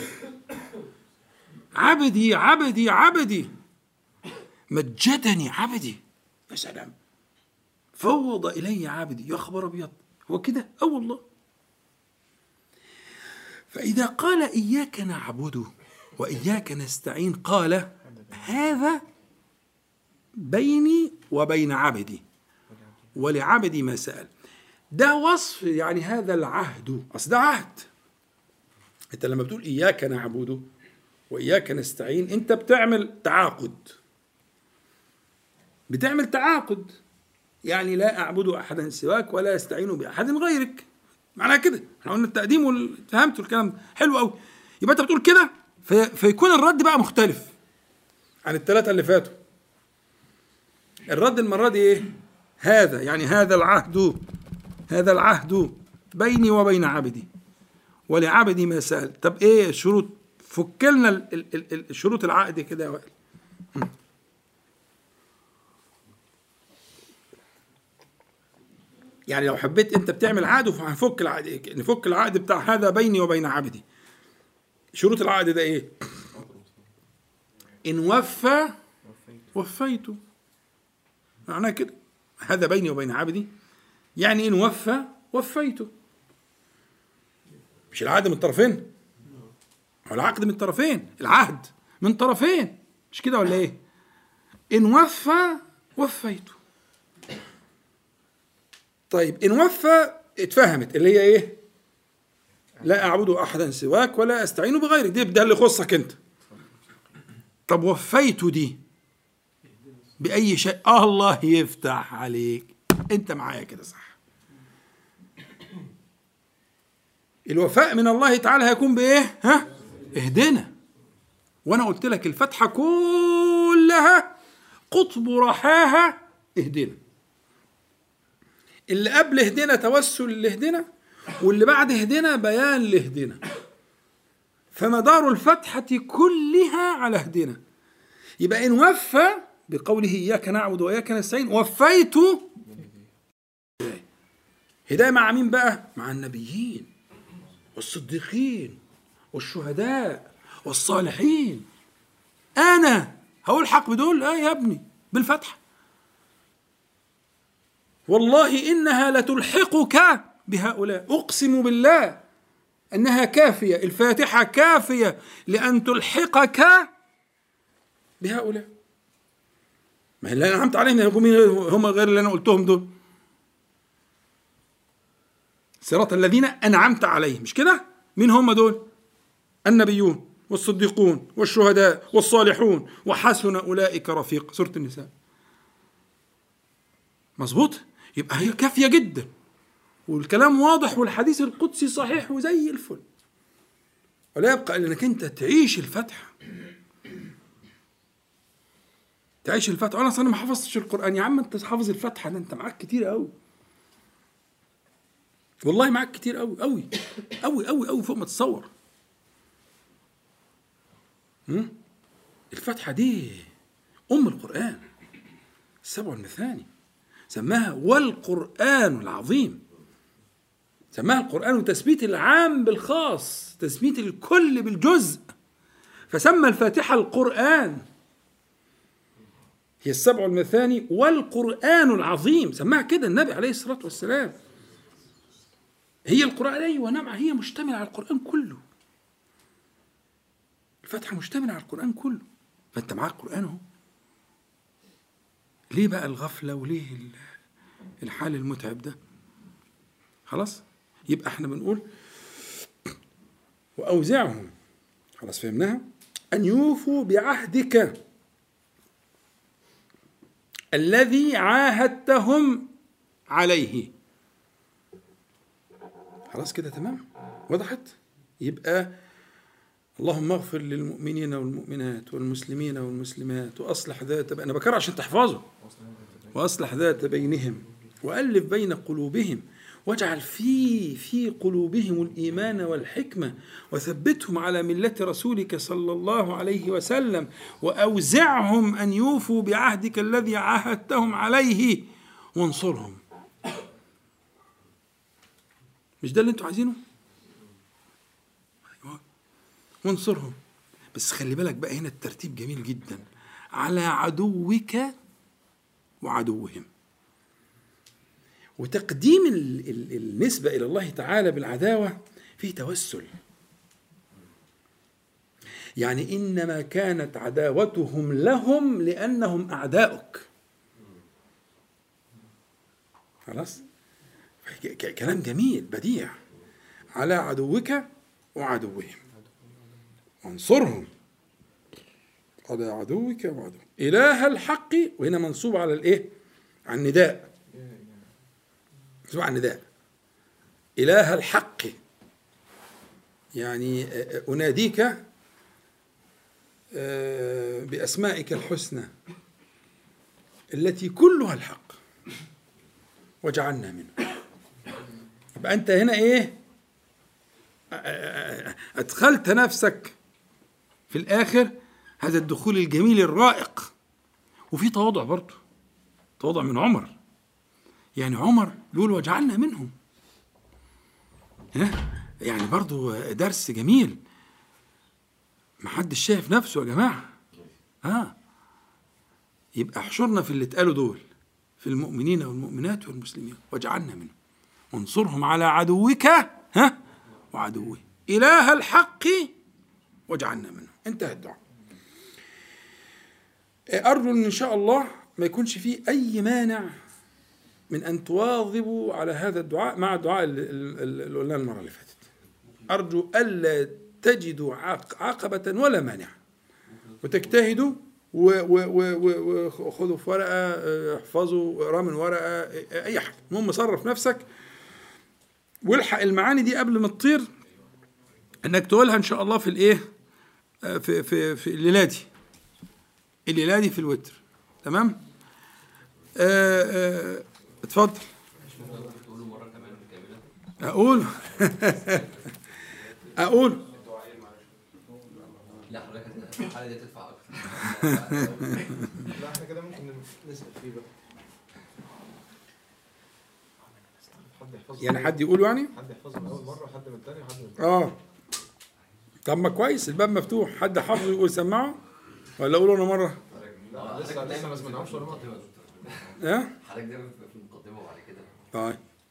عبدي عبدي عبدي، مجدني عبدي، يا سلام، فوض إلي عبدي، يا خبر أبيض، هو كده؟ والله. فإذا قال إياك نعبد وإياك نستعين قال هذا بيني وبين عبدي ولعبدي ما سأل. ده وصف، يعني هذا العهد، أصل ده عهد. أنت لما بتقول إياك نعبد وإياك نستعين أنت بتعمل تعاقد، بتعمل تعاقد، يعني لا أعبد أحدا سواك ولا أستعين بأحد غيرك، معناها كده. احنا قلنا التقديم فهمتوا الكلام ده حلو قوي. يبقى أنت بتقول كده فيكون الرد بقى مختلف عن الثلاثة اللي فاتوا. الرد المرة دي إيه؟ هذا، يعني هذا العهد بيني وبين عبدي ولعبدي ما سأل. طب إيه الشروط؟ فك لنا الشروط العقد كده يا وائل. يعني لو حبيت انت بتعمل عقد وهنفك العقد، نفك العقد بتاع هذا بيني وبين عبدي. شروط العقد ده ايه؟ ان وفى وفيته، معناه كده هذا بيني وبين عبدي، يعني ان وفى وفيته. مش العقد من الطرفين؟ هو العقد من الطرفين، العهد من طرفين، مش كده ولا ايه؟ ان وفى وفيته. طيب إن وفى اتفهمت اللي هي إيه؟ لا أعبد أحدا سواك ولا أستعين بغيرك، دي ده اللي يخصك أنت. طب وفيت دي بأي شيء؟ الله يفتح عليك، أنت معايا كده صح. الوفاء من الله تعالى هيكون بإيه؟ اهدنا. وأنا قلت لك الفتحة كلها قطب رحاها اهدنا. اللي قبل اهدنا توسل لاهدنا، واللي بعد اهدنا بيان لاهدنا. فمدار الفتحة كلها على اهدنا. يبقى إن وفى بقوله إياك نعبد وإياك نستعين وفيت هداية مع مين بقى؟ مع النبيين والصديقين والشهداء والصالحين. أنا هقول حق بدول؟ يا ابني بالفتحة. والله إنها لتلحقك بهؤلاء، أقسم بالله أنها كافية، الفاتحة كافية لأن تلحقك بهؤلاء. ما اللي أنعمت عليهم هم غير اللي أنا قلتهم دول، صراط الذين أنعمت عليهم، مش كده؟ مين هم دول؟ النبيون والصديقون والشهداء والصالحون وحسن أولئك رفيق، سورة النساء. مظبوط؟ يبقى هي كافية جدا، والكلام واضح والحديث القدسي صحيح وزي الفل. ولا يبقى إلا أنك أنت تعيش الفتحة، تعيش الفتحة. أنا أصلا ما حفظتش القرآن يا عم، أنت حافظ الفتحة ده أنت معاك كتير قوي، والله معاك كتير قوي قوي قوي قوي قوي فوق ما تتصور. الفتحة دي أم القرآن، 7 المثاني، سماها والقرآن العظيم، سماها القرآن تثبيت العام بالخاص، تثبيت الكل بالجزء، فسمى الفاتحة القرآن، هي السبع المثاني والقرآن العظيم، سماها كده النبي عليه الصلاة والسلام. هي القرآن، أيوة نعم، هي مشتملة على القرآن كله، الفاتحة مشتملة على القرآن كله، فأنت معاك القرآن اهو. ليه بقى الغفلة وليه الحال المتعب ده؟ خلاص، يبقى احنا بنقول وأوزعهم، خلاص فهمناها، أن يوفوا بعهدك الذي عاهدتهم عليه. خلاص كده تمام، وضحت؟ يبقى اللهم اغفر للمؤمنين والمؤمنات والمسلمين والمسلمات وأصلح ذات، أنا بكرر عشان تحفظه، وأصلح ذات بينهم وألف بين قلوبهم واجعل في قلوبهم الإيمان والحكمة وثبتهم على ملة رسولك صلى الله عليه وسلم وأوزعهم أن يوفوا بعهدك الذي عاهدتهم عليه وانصرهم. مش ده اللي انتوا عايزينه؟ وانصرهم، بس خلي بالك بقى هنا الترتيب جميل جدا، على عدوك وعدوهم. وتقديم النسبة إلى الله تعالى بالعداوة فيه توسل، يعني إنما كانت عداوتهم لهم لأنهم أعداؤك. خلاص، كلام جميل بديع، على عدوك وعدوهم وانصرهم، على عدوك وعدوهم إله الحق، وهنا منصوب على الإيه؟ على النداء، منصوب على النداء، إله الحق، يعني أناديك بأسمائك الحسنى التي كلها الحق وجعلنا منه. يبقى أنت هنا إيه؟ أدخلت نفسك في الآخر هذا الدخول الجميل الرائق، وفي تواضع برضه، تواضع من عمر، يعني عمر بيقول وجعلنا منهم، يعني برضه درس جميل، محدش شايف نفسه يا جماعة. يبقى احشرنا في اللي اتقالوا دول، في المؤمنين والمؤمنات والمسلمين وجعلنا منهم وانصرهم على عدوك وعدوه إله الحق وجعلنا منهم. انتهى الدعاء. أرجو إن شاء الله ما يكونش فيه أي مانع من أن تواظبوا على هذا الدعاء مع الدعاء اللي قلناه المرة اللي فاتت. أرجو ألا تجدوا عقبة ولا مانع، وتجتهدوا وخذوا في ورقة، احفظوا، اقرأوا من ورقة، أي حاجة، المهم صرف نفسك والحق المعاني دي قبل ما تطير، إنك تقولها إن شاء الله في الإيه، في الليلة دي في الوتر. تمام؟ اتفضل. أقول لا حضرتك الحالة دي تدفع أكتر. لا احنا كده ممكن نسأل فيه بقى. يعني حد يقول، يعني حد يحفظه من أول مرة، حد من الثاني، حد من الثالث. طب ما كويس، الباب مفتوح، حد حافظه يقول سمعه ولا أقوله أنا مرة؟ لا لسه ما سمعناهمش ولا مرة. حضرتك دايما في المقدمة وبعد كده. طيب.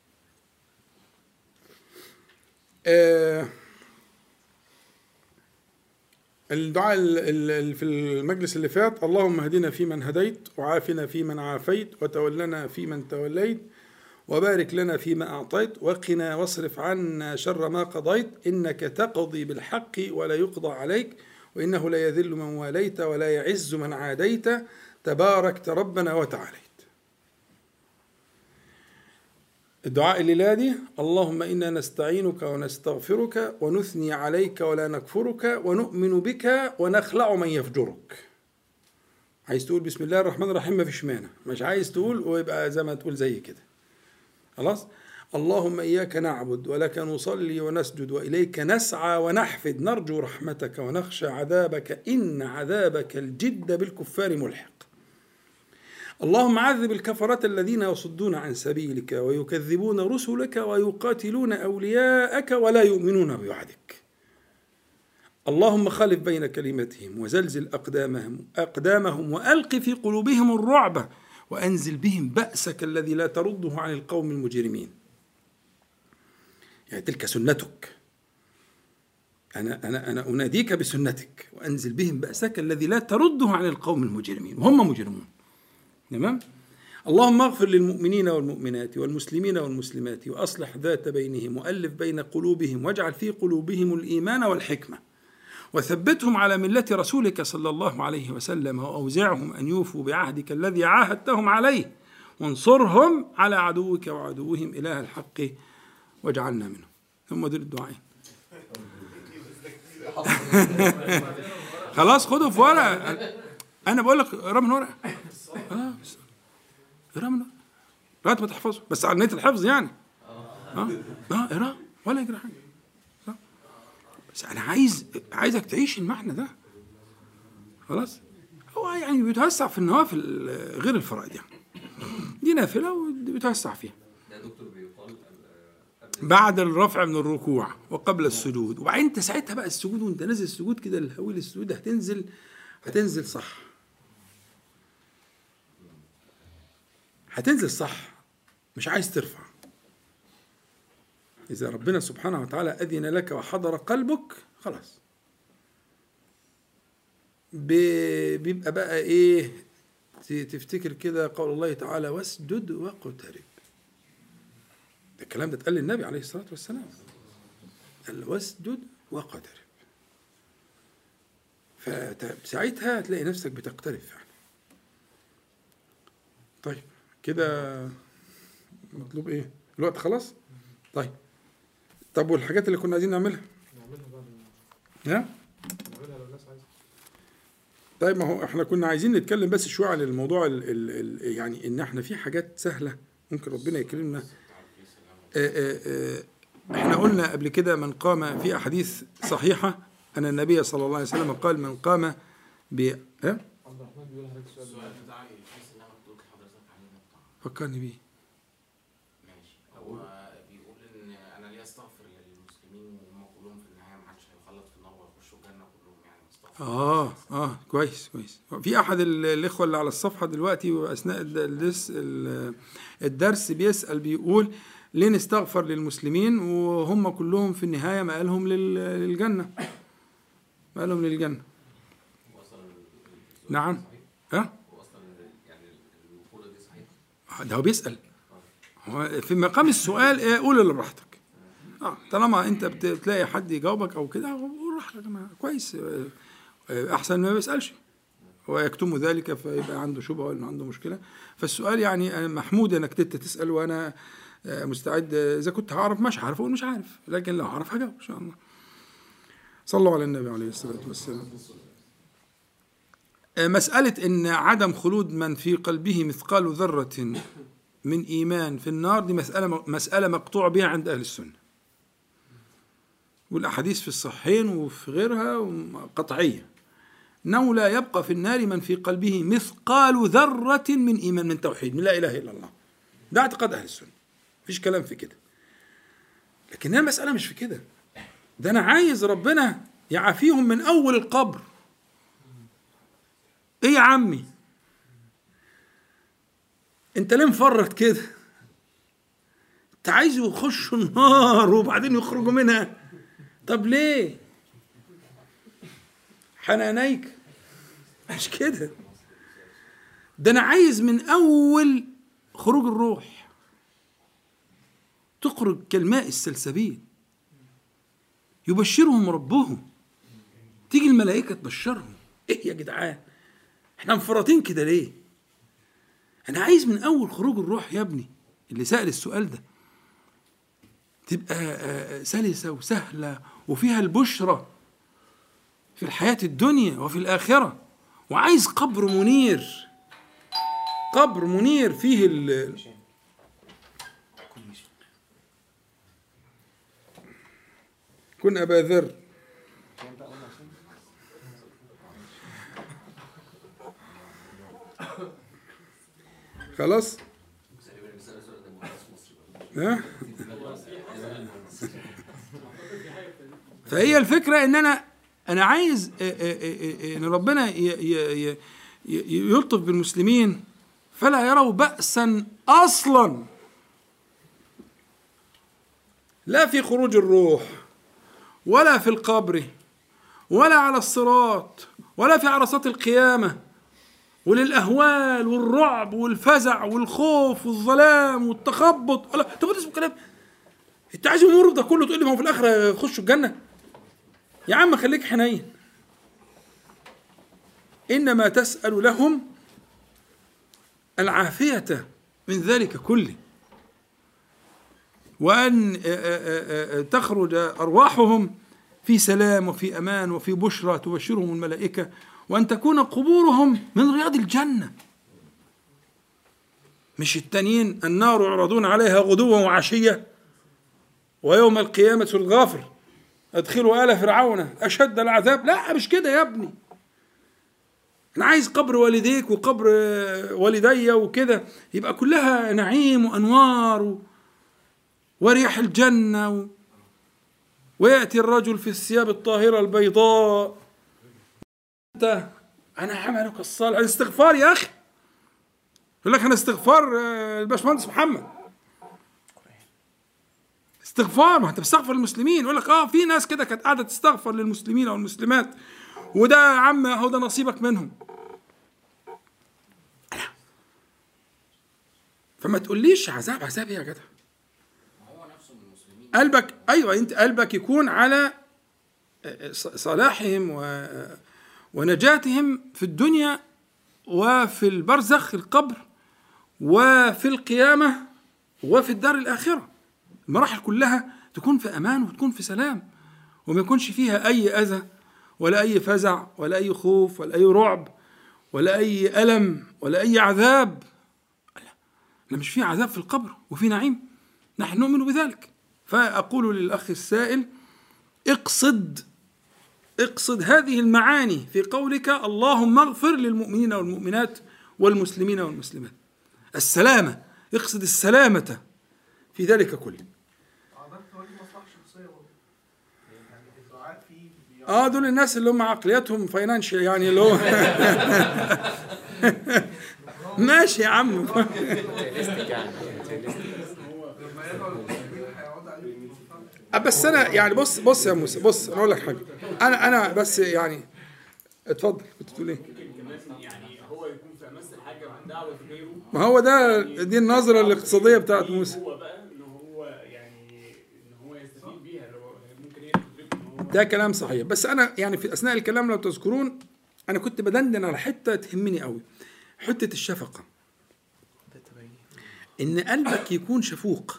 الدعاء في المجلس اللي فات: اللهم اهدنا فيمن هديت، وعافنا فيمن عافيت، وتولنا فيمن توليت، وبارك لنا فيما أعطيت، وقنا واصرف عنا شر ما قضيت، إنك تقضي بالحق ولا يقضى عليك، وإنه لا يذل من واليت ولا يعز من عاديت، تباركت ربنا وتعاليت. الدعاء الليلة دي: اللهم إنا نستعينك ونستغفرك ونثني عليك ولا نكفرك ونؤمن بك ونخلع من يفجرك. عايز تقول بسم الله الرحمن الرحيم ما فيش مانع، مش عايز تقول ويبقى زي ما تقول زي كده. خلاص. اللهم إياك نعبد ولك نصلي ونسجد وإليك نسعى ونحفد، نرجو رحمتك ونخشى عذابك، إن عذابك الجد بالكفار ملحق. اللهم عذب الكفرة الذين يصدون عن سبيلك ويكذبون رسلك ويقاتلون أولياءك ولا يؤمنون بوعدك. اللهم خالف بين كلمتهم وزلزل أقدامهم وألق في قلوبهم الرعب وأنزل بهم بأسك الذي لا ترده عن القوم المجرمين. يعني تلك سنتك، أنا أناديك بسنتك، وأنزل بهم بأسك الذي لا ترده عن القوم المجرمين وهم مجرمون. تمام؟ اللهم اغفر للمؤمنين والمؤمنات والمسلمين والمسلمات وأصلح ذات بينهم وألف بين قلوبهم واجعل في قلوبهم الإيمان والحكمة وثبتهم على ملة رسولك صلى الله عليه وسلم وأوزعهم أن يوفوا بعهدك الذي عاهدتهم عليه وانصرهم على عدوك وعدوهم إله الحق واجعلنا منهم. ثم دول الدعاء. خلاص خدوا في ورقة. أنا بقول لك اقرا من ورقة. اقرا من ورقة لغاية ما تحفظه، بس على نية الحفظ يعني. اقرا ولا يجري حاجة. بس أنا عايزك تعيش المعنى ده. خلاص. هو يعني بيتوسع في النوافل غير الفرائض يعني. دي نافلة وبيتوسع فيها. يا دكتور بيقال بعد الرفع من الركوع وقبل السجود، وبعدين انت ساعتها بقى السجود وانت نازل السجود كده الهويل السجود هتنزل صح. هتنزل صح، مش عايز ترفع. إذا ربنا سبحانه وتعالى أذن لك وحضر قلبك خلاص بيبقى بقى إيه، تفتكر كده قول الله تعالى واسجد واقترب. ده الكلام ده اتقال للنبي عليه الصلاة والسلام، قال واسجد واقترب. فساعتها تلاقي نفسك بتقترب فعلا. طيب كده مطلوب ايه؟ الوقت خلاص؟ طب والحاجات اللي كنا عايزين نعملها نعملها لو الناس عايزة. طيب ما هو احنا كنا عايزين نتكلم بس شوية عن الموضوع يعني ان احنا في حاجات سهلة ممكن ربنا يكرمنا. احنا قلنا قبل كده من قام في احاديث صحيحة ان النبي صلى الله عليه وسلم قال من قام عبد الرحمن بيقول حضرتك السؤال بتاع الحديث اللي انا قلت لحضرتك عليه ده بتاع فكرني بيه. ماشي. هو بيقول ان انا ليه استغفر للمسلمين وهم كلهم في النهايه ما حدش هيخلط في النار ويخشوا الجنه كلهم، يعني استغفر. كويس. في احد الاخوه اللي على الصفحه دلوقتي واثناء الدرس بيسال بيقول ليه نستغفر للمسلمين وهم كلهم في النهايه مآلهم للجنه. نعم. هو اصلا يعني المقوله دي صحيحه؟ ده هو بيسال. هو في مقام السؤال قول اللي براحتك. طالما انت بتلاقي حد يجاوبك او كده قول براحتك. كويس، احسن ما بيسالش ويكتم ذلك فيبقى عنده شبهه ولا عنده مشكله. فالسؤال يعني محمود انك انت تسال، وانا مستعد. اذا كنت هعرف مش هعرف اقول مش عارف، لكن لو هعرف هجاوب ان شاء الله. صلوا على النبي عليه الصلاه والسلام. مسألة إن عدم خلود من في قلبه مثقال ذرة من إيمان في النار دي مسألة مقطوع بها عند أهل السنة، والأحاديث في الصحيحين وفي غيرها قطعية أنه لا يبقى في النار من في قلبه مثقال ذرة من إيمان، من توحيد، من لا إله إلا الله. ده اعتقاد أهل السنة، مفيش كلام في كده. لكن هي المسألة مش في كده. ده أنا عايز ربنا يعافيهم من أول القبر. ايه يا عمي انت ليه مفرط كده؟ انت عايز يخشوا النار وبعدين يخرجوا منها. طب ليه؟ حنانيك مش كده. ده انا عايز من اول خروج الروح تخرج كالماء السلسبيل يبشرهم ربهم، تيجي الملائكة تبشرهم. ايه يا جدعان احنا مفرطين كده ليه؟ انا عايز من اول خروج الروح يا ابني اللي سأل السؤال ده تبقى سلسة وسهلة وفيها البشرة في الحياة الدنيا وفي الآخرة. وعايز قبر منير فيه كن أبا ذر. خلاص. ها؟ فهي الفكرة ان انا عايز ان ربنا يلطف بالمسلمين فلا يروا بأسا اصلا، لا في خروج الروح ولا في القبر ولا على الصراط ولا في عرصات القيامة، وللأهوال والرعب والفزع والخوف والظلام والتخبط. طب اسمه كلام، انت عايز يمر ده كله تقول لي ما هو في الآخرة يخشوا الجنة؟ يا عم خليك حنين. إنما تسأل لهم العافية من ذلك كله، وأن تخرج أرواحهم في سلام وفي أمان وفي بشرى تبشرهم الملائكة، وأن تكون قبورهم من رياض الجنة. مش التانيين النار يعرضون عليها غدوا وعشية ويوم القيامة الغافر ادخلوا آل فرعون أشد العذاب. لا مش كده يا ابني، أنا عايز قبر والديك وقبر والدي وكده يبقى كلها نعيم وأنوار وريح الجنة، ويأتي الرجل في الثياب الطاهرة البيضاء. أنت أنا عملك الصالح، الاستغفار يا أخي. يقول لك أنا استغفار الباشمهندس محمد، استغفار، ما أنت بتستغفر للمسلمين. يقول لك في ناس كده كانت قاعدة تستغفر للمسلمين أو المسلمات، وده يا عم هو ده نصيبك منهم. فما تقوليش عذاب عذاب يا جدع. قلبك أيوة، أنت قلبك يكون على صلاحهم ونجاتهم في الدنيا وفي البرزخ القبر وفي القيامة وفي الدار الآخرة. المراحل كلها تكون في أمان وتكون في سلام، وما يكونش فيها أي أذى ولا أي فزع ولا أي خوف ولا أي رعب ولا أي ألم ولا أي عذاب. لا مش في عذاب في القبر وفي نعيم، نحن نؤمن بذلك. فأقول للأخ السائل اقصد هذه المعاني في قولك اللهم اغفر للمؤمنين والمؤمنات والمسلمين والمسلمات. السلامة، اقصد السلامة في ذلك كله. دول الناس اللي هم عقلياتهم فاينانشال، يعني اللي هو ماشي يا عم. بس انا يعني بص يا موسى، بص انا اقول لك حاجه. انا بس يعني اتفضل، كنت بتقول ايه؟ يعني هو يكون في امس الحاجه عن دعوه غيره، ما هو دي النظره الاقتصاديه بتاعت موسى. هو بقى ان هو يعني ان هو يستفيد بيها، لو ممكن هي تدرك. ده كلام صحيح، بس انا يعني في اثناء الكلام لو تذكرون انا كنت بدندن على حته تهمني قوي، حته الشفقه، ان قلبك يكون شفوق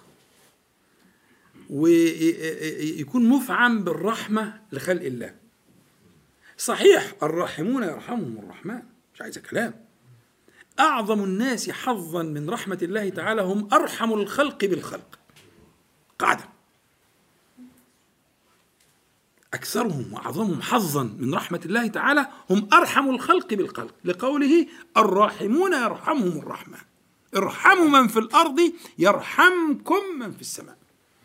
ويكون مفعم بالرحمة لخلق الله. صحيح الراحمون يرحمهم الرحمن، مش عايز كلام. أعظم الناس حظا من رحمة الله تعالى هم أرحم الخلق بالخلق، قاعدة. أكثرهم وأعظمهم حظا من رحمة الله تعالى هم أرحم الخلق بالخلق، لقوله الراحمون يرحمهم الرحمن. ارحموا من في الأرض يرحمكم من في السماء.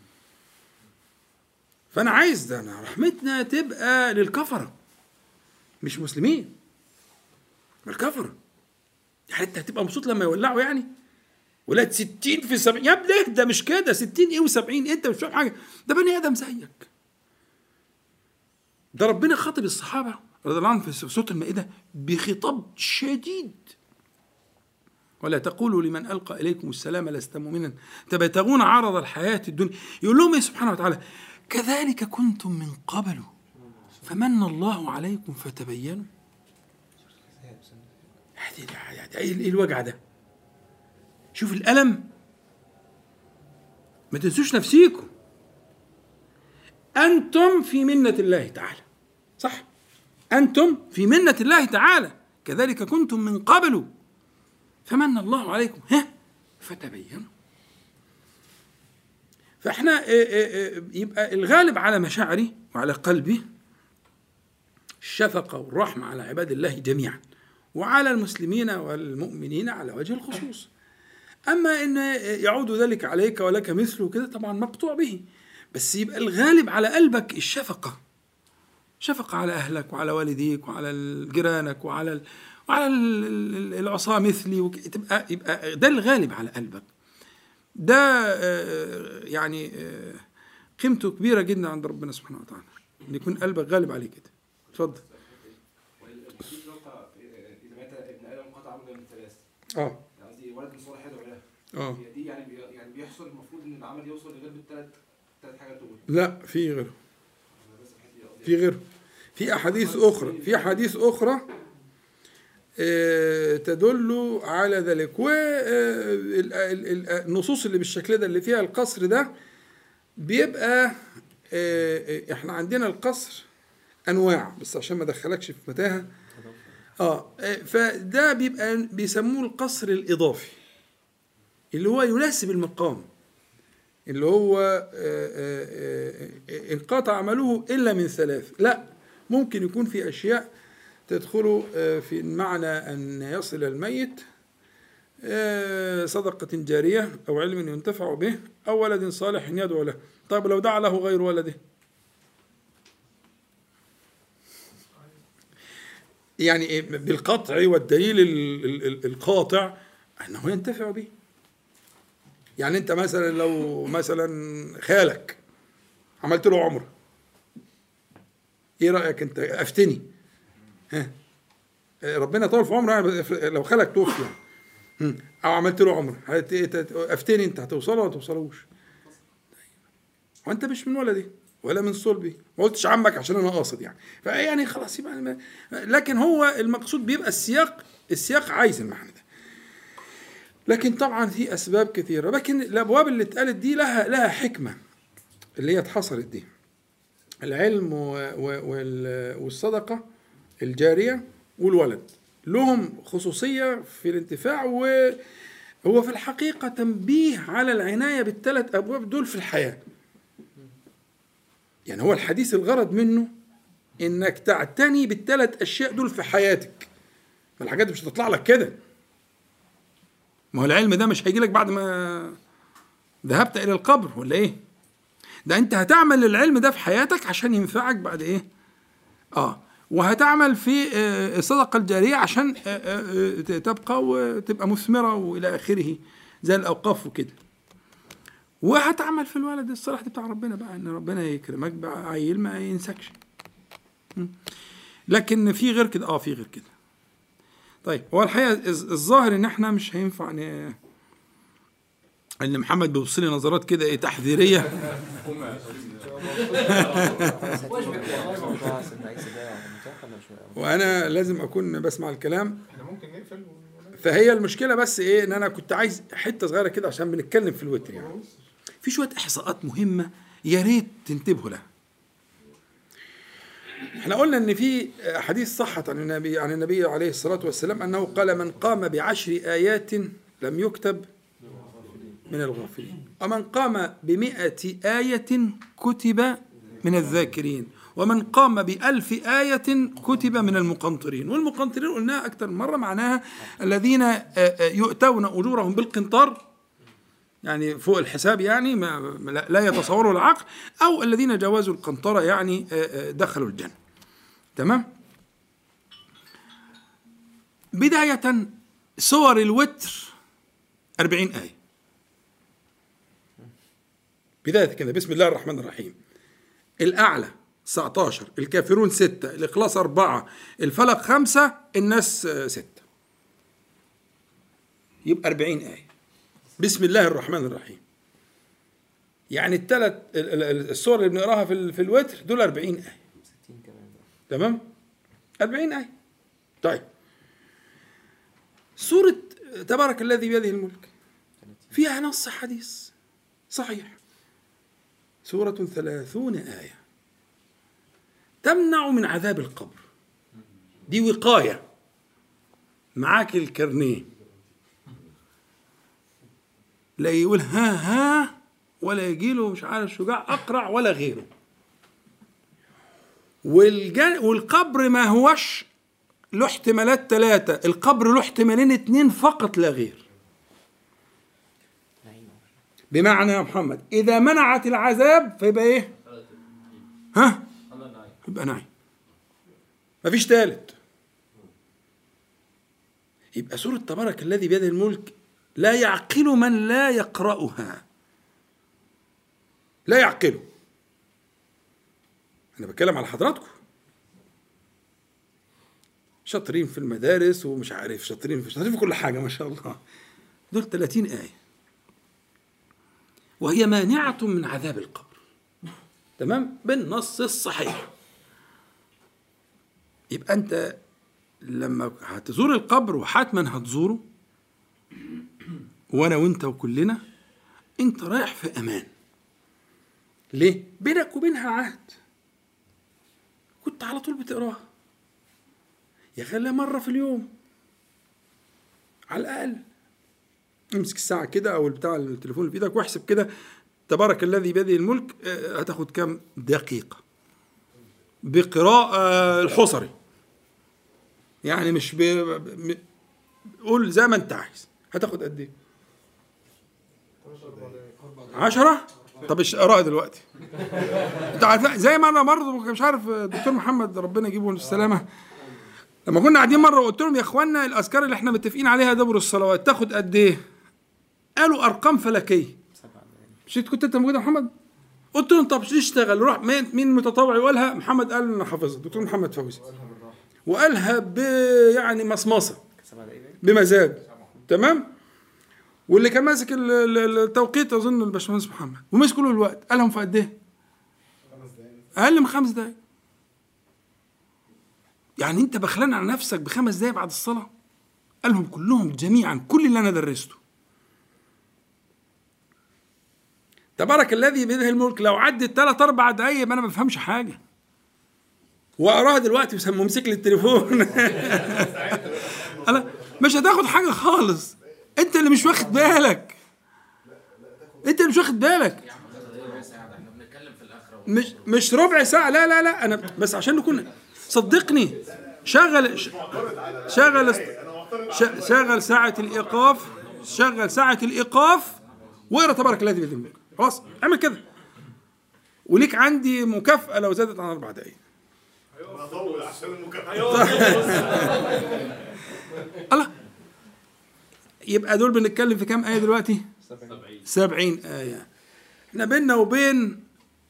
فأنا عايز ده، أنا رحمتنا تبقى للكفرة مش مسلمين، الكفرة. يعني أنت هتبقى مبسوط لما يولعوا يعني؟ ولاد 60 في 70 يا ابني ده مش كده، 60 إيه و70، أنت مش فاهم حاجة، ده بني آدم زيك. ده ربنا خاطب الصحابة رضي الله عنهم في سورة المائدة بخطاب شديد: ولا تقولوا لمن ألقى إليكم السلام لست مؤمنا تبتغون عرض الحياة الدنيا. يقول لهم سبحانه وتعالى: كذلك كنتم من قبل فمن الله عليكم فتبينوا. ايه الوجع ده؟ شوف الألم. ما تنسوش نفسيكم، أنتم في منة الله تعالى، صح؟ أنتم في منة الله تعالى، كذلك كنتم من قبل فمن الله عليكم فتبينوا. فاحنا يبقى الغالب على مشاعري وعلى قلبي الشفقة والرحمة على عباد الله جميعا، وعلى المسلمين والمؤمنين على وجه الخصوص. أما إن يعود ذلك عليك ولك مثله كده طبعا مقطوع به، بس يبقى الغالب على قلبك الشفقة، شفقة على أهلك وعلى والديك وعلى جيرانك وعلى العصاة مثلي، يبقى ده الغالب على قلبك. ده يعني قيمته كبيرة جدا عند ربنا سبحانه وتعالى، إن يكون قلبك غالب عليه كده. اتفضل. في نقطة إذا مات ابن آدم قطع عمله من ثلاث. قصدي ولد من صالح يدعو له. دي يعني بيحصل المفروض إن العمل يوصل لغير بالثلاث حاجات دول. لا، في غيره. في غيره. في أحاديث أخرى تدل على ذلك. والنصوص اللي بالشكل ده اللي فيها القصر ده بيبقى احنا عندنا القصر انواع، بس عشان ما ادخلكش في متاهه. فده بيبقى بيسموه القصر الاضافي، اللي هو يناسب المقام، اللي هو انقطع عمله الا من ثلاث. لا، ممكن يكون في اشياء تدخل في معنى ان يصل الميت صدقة جارية أو علم ينتفع به أو ولد صالح يدعو له. طيب لو دعا له غير ولده، يعني بالقطع والدليل القاطع أنه ينتفع به. يعني أنت مثلا لو مثلا خالك عملت له عمره، إيه رأيك أنت؟ أفتني، ربنا طول في عمره. لو خالك توفي او عملت له عمره، افتني انت هتوصله ولا ما توصلوش؟ وانت مش من ولدي ولا من صلبي، ما قلتش عمك عشان انا قاصد يعني، فيعني خلاص يبقى. لكن هو المقصود بيبقى السياق عايز المعنى ده. لكن طبعا في اسباب كثيره، لكن الابواب اللي اتقالت دي لها حكمه اللي هي اتحصلت دي. العلم والصدقه الجاريه والولد لهم خصوصية في الانتفاع، وهو في الحقيقة تنبيه على العناية بالثلاث أبواب دول في الحياة. يعني هو الحديث الغرض منه إنك تعتني بالثلاث أشياء دول في حياتك. الحاجات مش هتطلع لك كده، ما هو العلم ده مش هيجي لك بعد ما ذهبت إلى القبر ولا إيه؟ ده أنت هتعمل العلم ده في حياتك عشان ينفعك بعد إيه؟ وهتعمل في الصدقة الجارية عشان تبقى وتبقى مثمرة وإلى آخره زي الأوقاف وكده. وهتعمل في الولد الصالح بتاع ربنا بقى، إن ربنا يكرمك بقى عيل ما ينسكش. لكن في غير كده، في غير كده. طيب هو الحقيقة الظاهر إن إحنا مش هينفع إن محمد بيبص لي نظرات كده تحذيرية. وانا لازم اكون بسمع الكلام. احنا ممكن نقفل فهي المشكله بس ايه، ان انا كنت عايز حته صغيره كده عشان بنتكلم في الوتر. يعني في شويه احصاءات مهمه يا ريت تنتبهوا لها. احنا قلنا ان في حديث صحت عن النبي عليه الصلاه والسلام انه قال: من قام ب10 آيات لم يكتب من الغافلين، ومن قام ب100 آية كتب من الذاكرين، ومن قام ب1000 آية كتب من المقنطرين. والمقنطرين قلناها أكثر من مرة، معناها الذين يؤتون أجورهم بالقنطار، يعني فوق الحساب، يعني لا يتصوروا العقل، أو الذين جاوزوا القنطرة يعني دخلوا الجنة. تمام؟ بداية سور الوتر 40 آية بداية كده. بسم الله الرحمن الرحيم. الأعلى 19، الكافرون 6، الإخلاص 4، الفلق 5، الناس 6. يبقى 40 آية. بسم الله الرحمن الرحيم. يعني الثلاث السور اللي بنقراها في الوتر دول 40 آية. تمام؟ 40 آية. طيب سورة تبارك الذي بيده الملك فيها نص حديث صحيح، سورة 30 آية تمنع من عذاب القبر. دي وقاية. معاك الكرنيه، لا يقول ها ولا يجيله مش عارف شجاع أقرع ولا غيره. والقبر ما هوش له احتمالات 3، القبر له احتمالين 2 فقط لا غير. بمعنى يا محمد إذا منعت العذاب فيبقى إيه؟ ها؟ يبقى نعي، مفيش تالت. يبقى سورة تبارك الذي بيده الملك لا يعقل من لا يقرأها، لا يعقله. أنا بتكلم على حضراتكم شاطرين في المدارس ومش عارف شاطرين في كل حاجة ما شاء الله. دول 30 آية وهي مانعة من عذاب القبر، تمام، بالنص الصحيح. يبقى أنت لما هتزور القبر وحتما هتزوره، وأنا وأنت وكلنا، أنت رايح في أمان. ليه؟ بينك وبينها عهد كنت على طول بتقراها، يا خليها مرة في اليوم على الأقل. امسك الساعة كده أو بتاع التليفون اللي في إيدك واحسب كده تبارك الذي بيده الملك هتاخد كام دقيقة بقراءة الحصري، يعني مش قول زي ما أنت عايز. هتاخد قد إيه؟ 10؟ طب اقرأ دلوقتي. أنت عارف زي ما أنا برضه مش عارف دكتور محمد ربنا يجيبه السلامة، لما كنا قاعدين مرة وقلت لهم يا إخوانا الأذكار اللي إحنا متفقين عليها دبر الصلوات تاخد قد إيه؟ قالوا أرقام فلكية. مش كنت أنت موجود يا محمد؟ قلت لهم طب ليش اشتغل؟ روح مين متطوع يقولها؟ محمد قال أنا حافظها، دكتور محمد فوزي، وقالها يعني مصمصة بمزاج، تمام. واللي كان ماسك التوقيت أظن الباشمهندس محمد، ومسك كل الوقت قالهم في قد إيه؟ أقل من 5 دقايق. يعني أنت بخلان على نفسك ب5 دقايق بعد الصلاة؟ قالهم كلهم جميعا كل اللي أنا درسته. تبارك الذي بيده الملك لو عدت 3-4 دقايق أنا ما بفهمش حاجة، وأقراها دلوقتي ومسك لي التليفون. أنا مش هتاخد حاجة خالص، أنت اللي مش واخد بالك، أنت اللي مش واخد بالك. مش ربع ساعة، لا لا لا، أنا بس عشان نكون صدقني شغل ساعة الإيقاف، شغل ساعة الإيقاف واقرا تبارك الذي بيده الملك، خلاص اعمل كده، وليك عندي مكافأة لو زادت عن 4 دقايق. هطول عشان المكافأة. الله، يبقى دول بنتكلم في كام آية دلوقتي؟ 70 آية. احنا بيننا وبين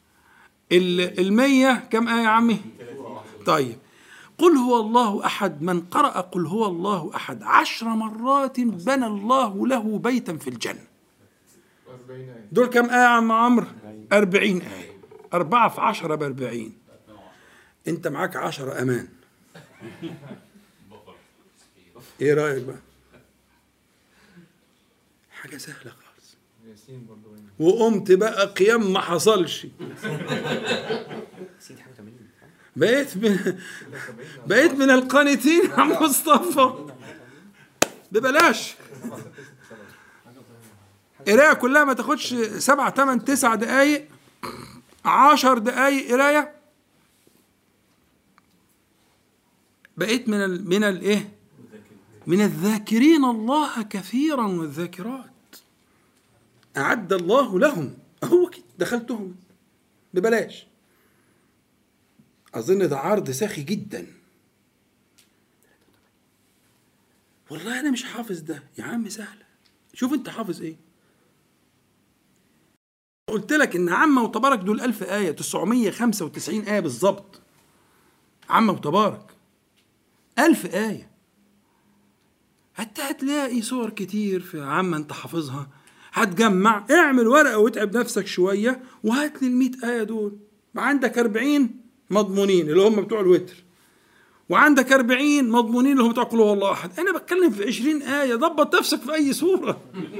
100 كم آية يا عمي؟ طيب قل هو الله أحد، من قرأ قل هو الله أحد 10 مرات بنى الله له بيتا في الجنة. دول كم آية يا عم عمرو؟ 40 آية. 4 في 10 ب40. أنت معاك 10 أمان. إيه رأيك بقى؟ حاجة سهلة خالص. وقمت بقى قيام ما حصلش. بقيت من القانتين يا مصطفى ببلاش. قرايه كلها ما تاخدش 7 8 9 دقايق، 10 دقايق قرايه، بقيت من الايه؟ من الذاكرين الله كثيرا والذاكرات أعد الله لهم. هو كده دخلتهم ببلاش. أظن ده عرض ساخي جدا. والله أنا مش حافظ ده يا عم، سهلة. شوف أنت حافظ إيه. قلت لك إن عامة وتبارك دول 1000 آية، 995 آية بالظبط. عامة وتبارك 1000 آية. هتلاقي صور كتير في عامة أنت حافظها، هتجمع، اعمل ورقة واتعب نفسك شوية وهات لي 100 آية دول. عندك 40 مضمونين اللي هم بتوع الوتر، وعندك 40 مضمونين اللي هم بتوع قل هو الله أحد. أنا بتكلم في 20 آية، ضبط نفسك في أي سورة.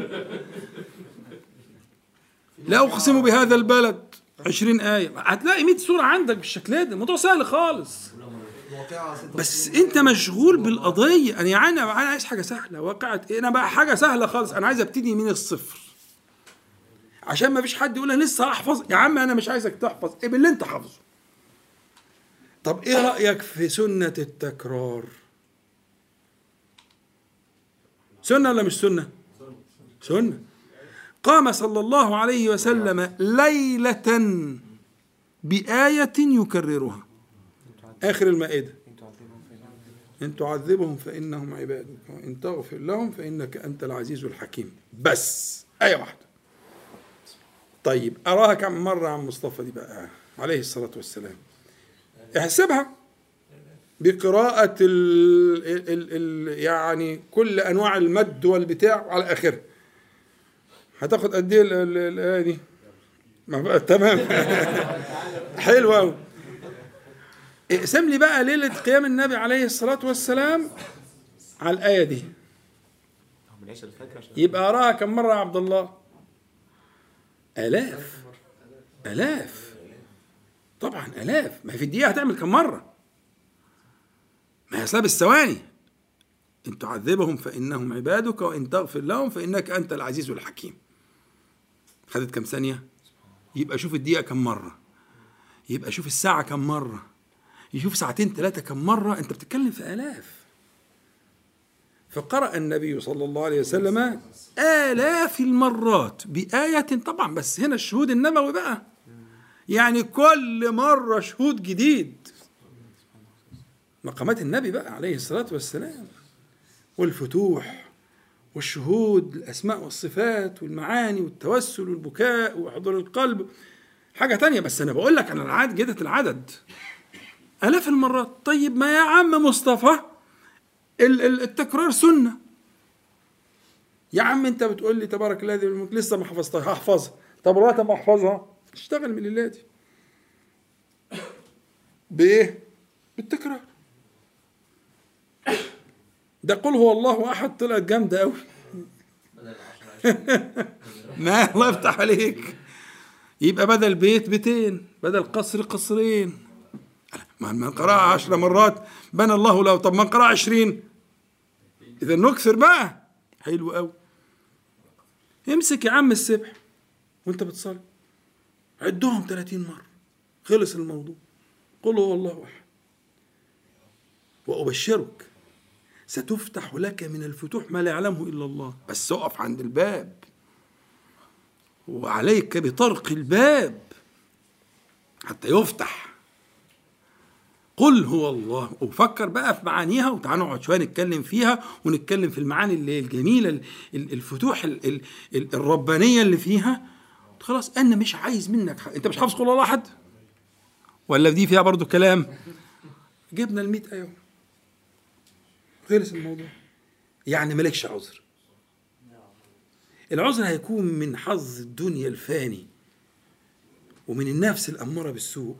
لا أقسم بهذا البلد 20 آية، هتلاقي 100 سورة عندك بالشكل ده. الموضوع سهل خالص، بس أنت مشغول بالقضية. أنا عايز حاجة سهلة. واقعة أنا بقى حاجة سهلة خالص. أنا عايز أبتدي من الصفر عشان ما فيش حد يقول أنا لسه أحفظ. يا عم أنا مش عايزك تحفظ، إيه باللي أنت حافظه. طب إيه رأيك في سنة التكرار؟ سنة ولا مش سنة؟ سنة. قام صلى الله عليه وسلم ليلة بآية يكررها، آخر المائدة: إن تعذبهم فإنهم عبادك وإن تغفر لهم فإنك أنت العزيز الحكيم. بس آية واحدة. طيب أراها كم مرة عن مصطفى دي بقى عليه الصلاة والسلام؟ احسبها بقراءة يعني كل أنواع المد والبتاع على آخره، هتاخد قد إيه الآية دي؟ تمام. حلو أوي. اقسم لي بقى ليلة قيام النبي عليه الصلاة والسلام على الآية دي، يبقى أراها كم مرة يا عبد الله؟ آلاف طبعا، آلاف. ما في الدقيقة هتعمل كم مرة؟ ما هي أسلاب الثواني. إن تعذبهم فإنهم عبادك وإن تغفر لهم فإنك أنت العزيز الحكيم. خدت كم ثانية؟ يبقى شوف الدقيقة كم مرة، يبقى شوف الساعة كم مرة، يشوف ساعتين 3 كم مرة. أنت بتتكلم في آلاف. فقرأ النبي صلى الله عليه وسلم آلاف المرات بآية طبعا، بس هنا الشهود النبوي بقى، يعني كل مرة شهود جديد، مقامات النبي بقى عليه الصلاة والسلام، والفتوح والشهود، الأسماء والصفات والمعاني والتوسل والبكاء وحضور القلب، حاجة تانية. بس أنا بقول لك أنا جدة العدد آلاف المرات. طيب ما يا عم مصطفى التكرار سنة. يا عم أنت بتقول لي تبارك الذي بالملك لسه ما حفظتها، هحفظها. طب لغاية ما أحفظها اشتغل من الليلة دي بإيه؟ بالتكرار. ده قل هو الله أحد طلعت جامدة أوي. ما الله يفتح عليك. يبقى بدل بيت بيتين، بدل قصر قصرين. من قرأ 10 مرات بنى الله له. طب من قرأ 20؟ إذا نكثر بقى. حلو أوي. امسك يا عم السبح وانت بتصلي، عدهم 30 مرة، خلص الموضوع. قل هو الله أحد. وأبشرك ستفتح لك من الفتوح ما لا يعلمه إلا الله، بس اقف عند الباب وعليك بطرق الباب حتى يفتح. قل هو الله. وفكر بقى في معانيها، وتعالوا نقعد شويه نتكلم فيها، ونتكلم في المعاني اللي الجميله، الفتوح الربانيه اللي فيها. خلاص انا مش عايز منك حاجة. انت مش حافظ قول الله احد ولا دي فيها برضو كلام؟ جبنا 100 ايوه، خلص الموضوع. يعني مالكش عذر. العذر هيكون من حظ الدنيا الفاني ومن النفس الأمارة بالسوء.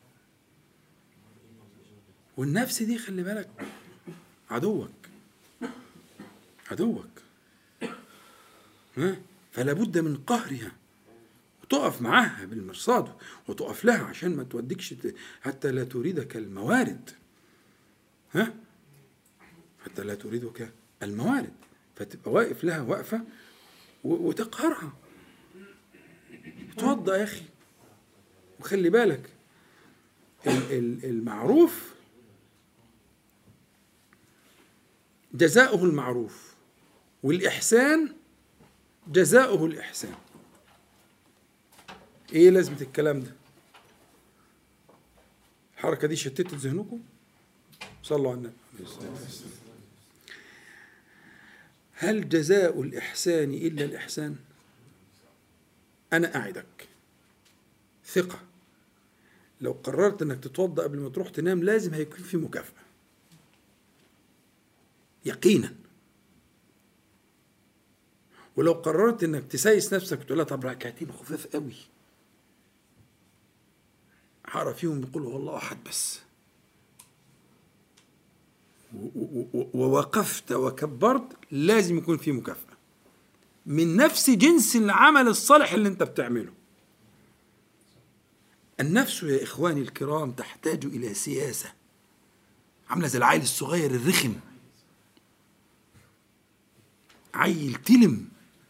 والنفس دي خلي بالك عدوك فلا بد من قهرها، وتقف معاها بالمرصاد وتقف لها عشان ما توديكش حتى لا تريدك الموارد. حتى لا تريدك الموارد، فتبقى واقف لها وقفة وتقهرها. توضأ يا أخي، وخلي بالك المعروف جزاؤه المعروف، والإحسان جزاؤه الإحسان. إيه لازمة الكلام ده؟ الحركة دي شتتت ذهنكم؟ صلوا على النبي. هل جزاء الإحسان إلا الإحسان؟ أنا أعدك ثقة، لو قررت أنك تتوضأ قبل ما تروح تنام لازم هيكون في مكافأة يقينا. ولو قررت أنك تسايس نفسك وتقول لها طب ركعتين خفاف قوي هقرا فيهم بيقول هو الله أحد بس، ووقفت وكبرت، لازم يكون في مكافأة من نفس جنس العمل الصالح اللي انت بتعمله. النفس يا إخواني الكرام تحتاج إلى سياسة، عاملة زي العيل الصغير الرخم، عيل تلم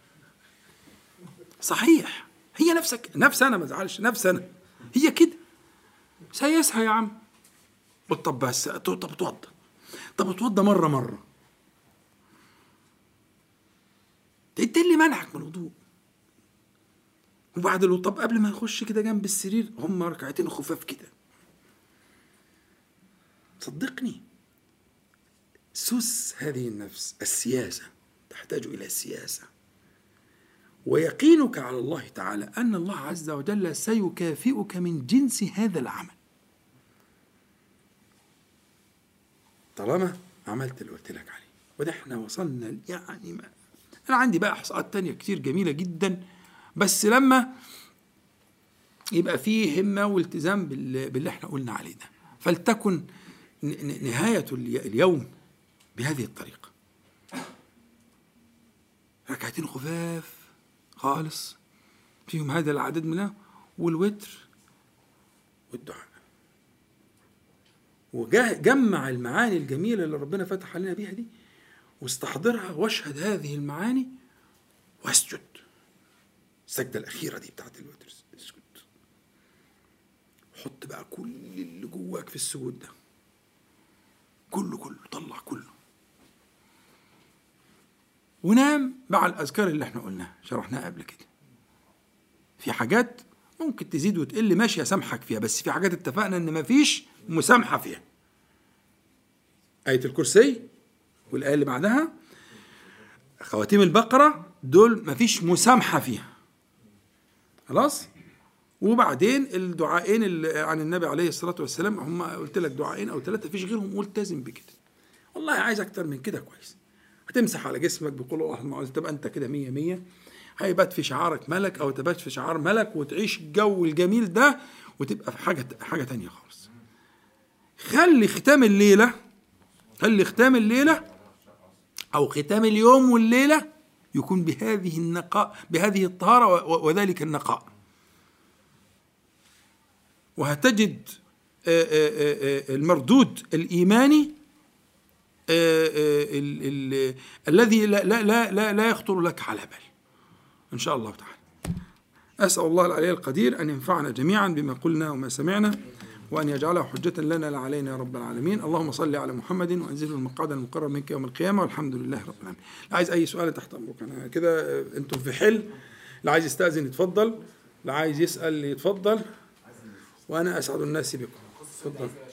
صحيح. هي نفسك، نفس أنا ما زعلش، نفس أنا هي كده، سيسها يا عم. طب بس طب اتوضى مرة انت اللي منعك من الوضوء؟ وبعد طب قبل ما نخش كده جنب السرير هم ركعتين خفاف كده. صدقني سوس هذه النفس السياسة، تحتاج إلى سياسة، ويقينك على الله تعالى أن الله عز وجل سيكافئك من جنس هذا العمل طالما عملت اللي قلت لك عليه. وده احنا وصلنا يعني ما. أنا عندي بقى إحصاءات تانية كتير جميلة جدا، بس لما يبقى فيه همة والتزام باللي احنا قلنا عليه ده. فلتكن نهاية اليوم بهذه الطريقة، ركعتين خفاف خالص فيهم هذا العدد منها، والوتر والدعاء، وجمع المعاني الجميلة اللي ربنا فتح علينا بيها دي واستحضرها، واشهد هذه المعاني واسجد. السجدة الأخيرة دي بتاعت الوتر، اسجد، حط بقى كل اللي جواك في السجود ده، كله طلع كله، ونام مع الأذكار اللي احنا قلناها شرحناها قبل كده. في حاجات ممكن تزيد وتقل ماشي أسامحك فيها، بس في حاجات اتفقنا إن مفيش مسامحة فيها. آية الكرسي والآية اللي بعدها خواتيم البقرة دول مفيش مسامحة فيها خلاص. وبعدين الدعائين اللي عن النبي عليه الصلاة والسلام هم قلت لك دعائين أو 3 فيش غيرهم، ملتزم بكده. والله عايز أكتر من كده كويس. هتمسح على جسمك بقول الله أحد معوذ، تبقى أنت كده 100. هيبات في شعارك ملك أو تبات في شعار ملك، وتعيش الجو الجميل ده، وتبقى في حاجة تانية خالص. خلي ختام الليلة أو ختام اليوم والليلة يكون بهذه النقاء، بهذه الطهارة وذلك النقاء. وهتجد المردود الإيماني الذي لا يخطر لك على بال إن شاء الله تعالى. أسأل الله العلي القدير أن ينفعنا جميعا بما قلنا وما سمعنا، وأن يجعله حجة لنا لا علينا يا رب العالمين. اللهم صل على محمد وأنزله المقعد المقرب منك يوم القيامة، والحمد لله رب العالمين. عايز أي سؤال تحت أمرك، أنا كده أنتم في حل. اللي عايز يستأذن يتفضل، اللي عايز يسأل يتفضل، وأنا أسعد الناس بكم. تفضل.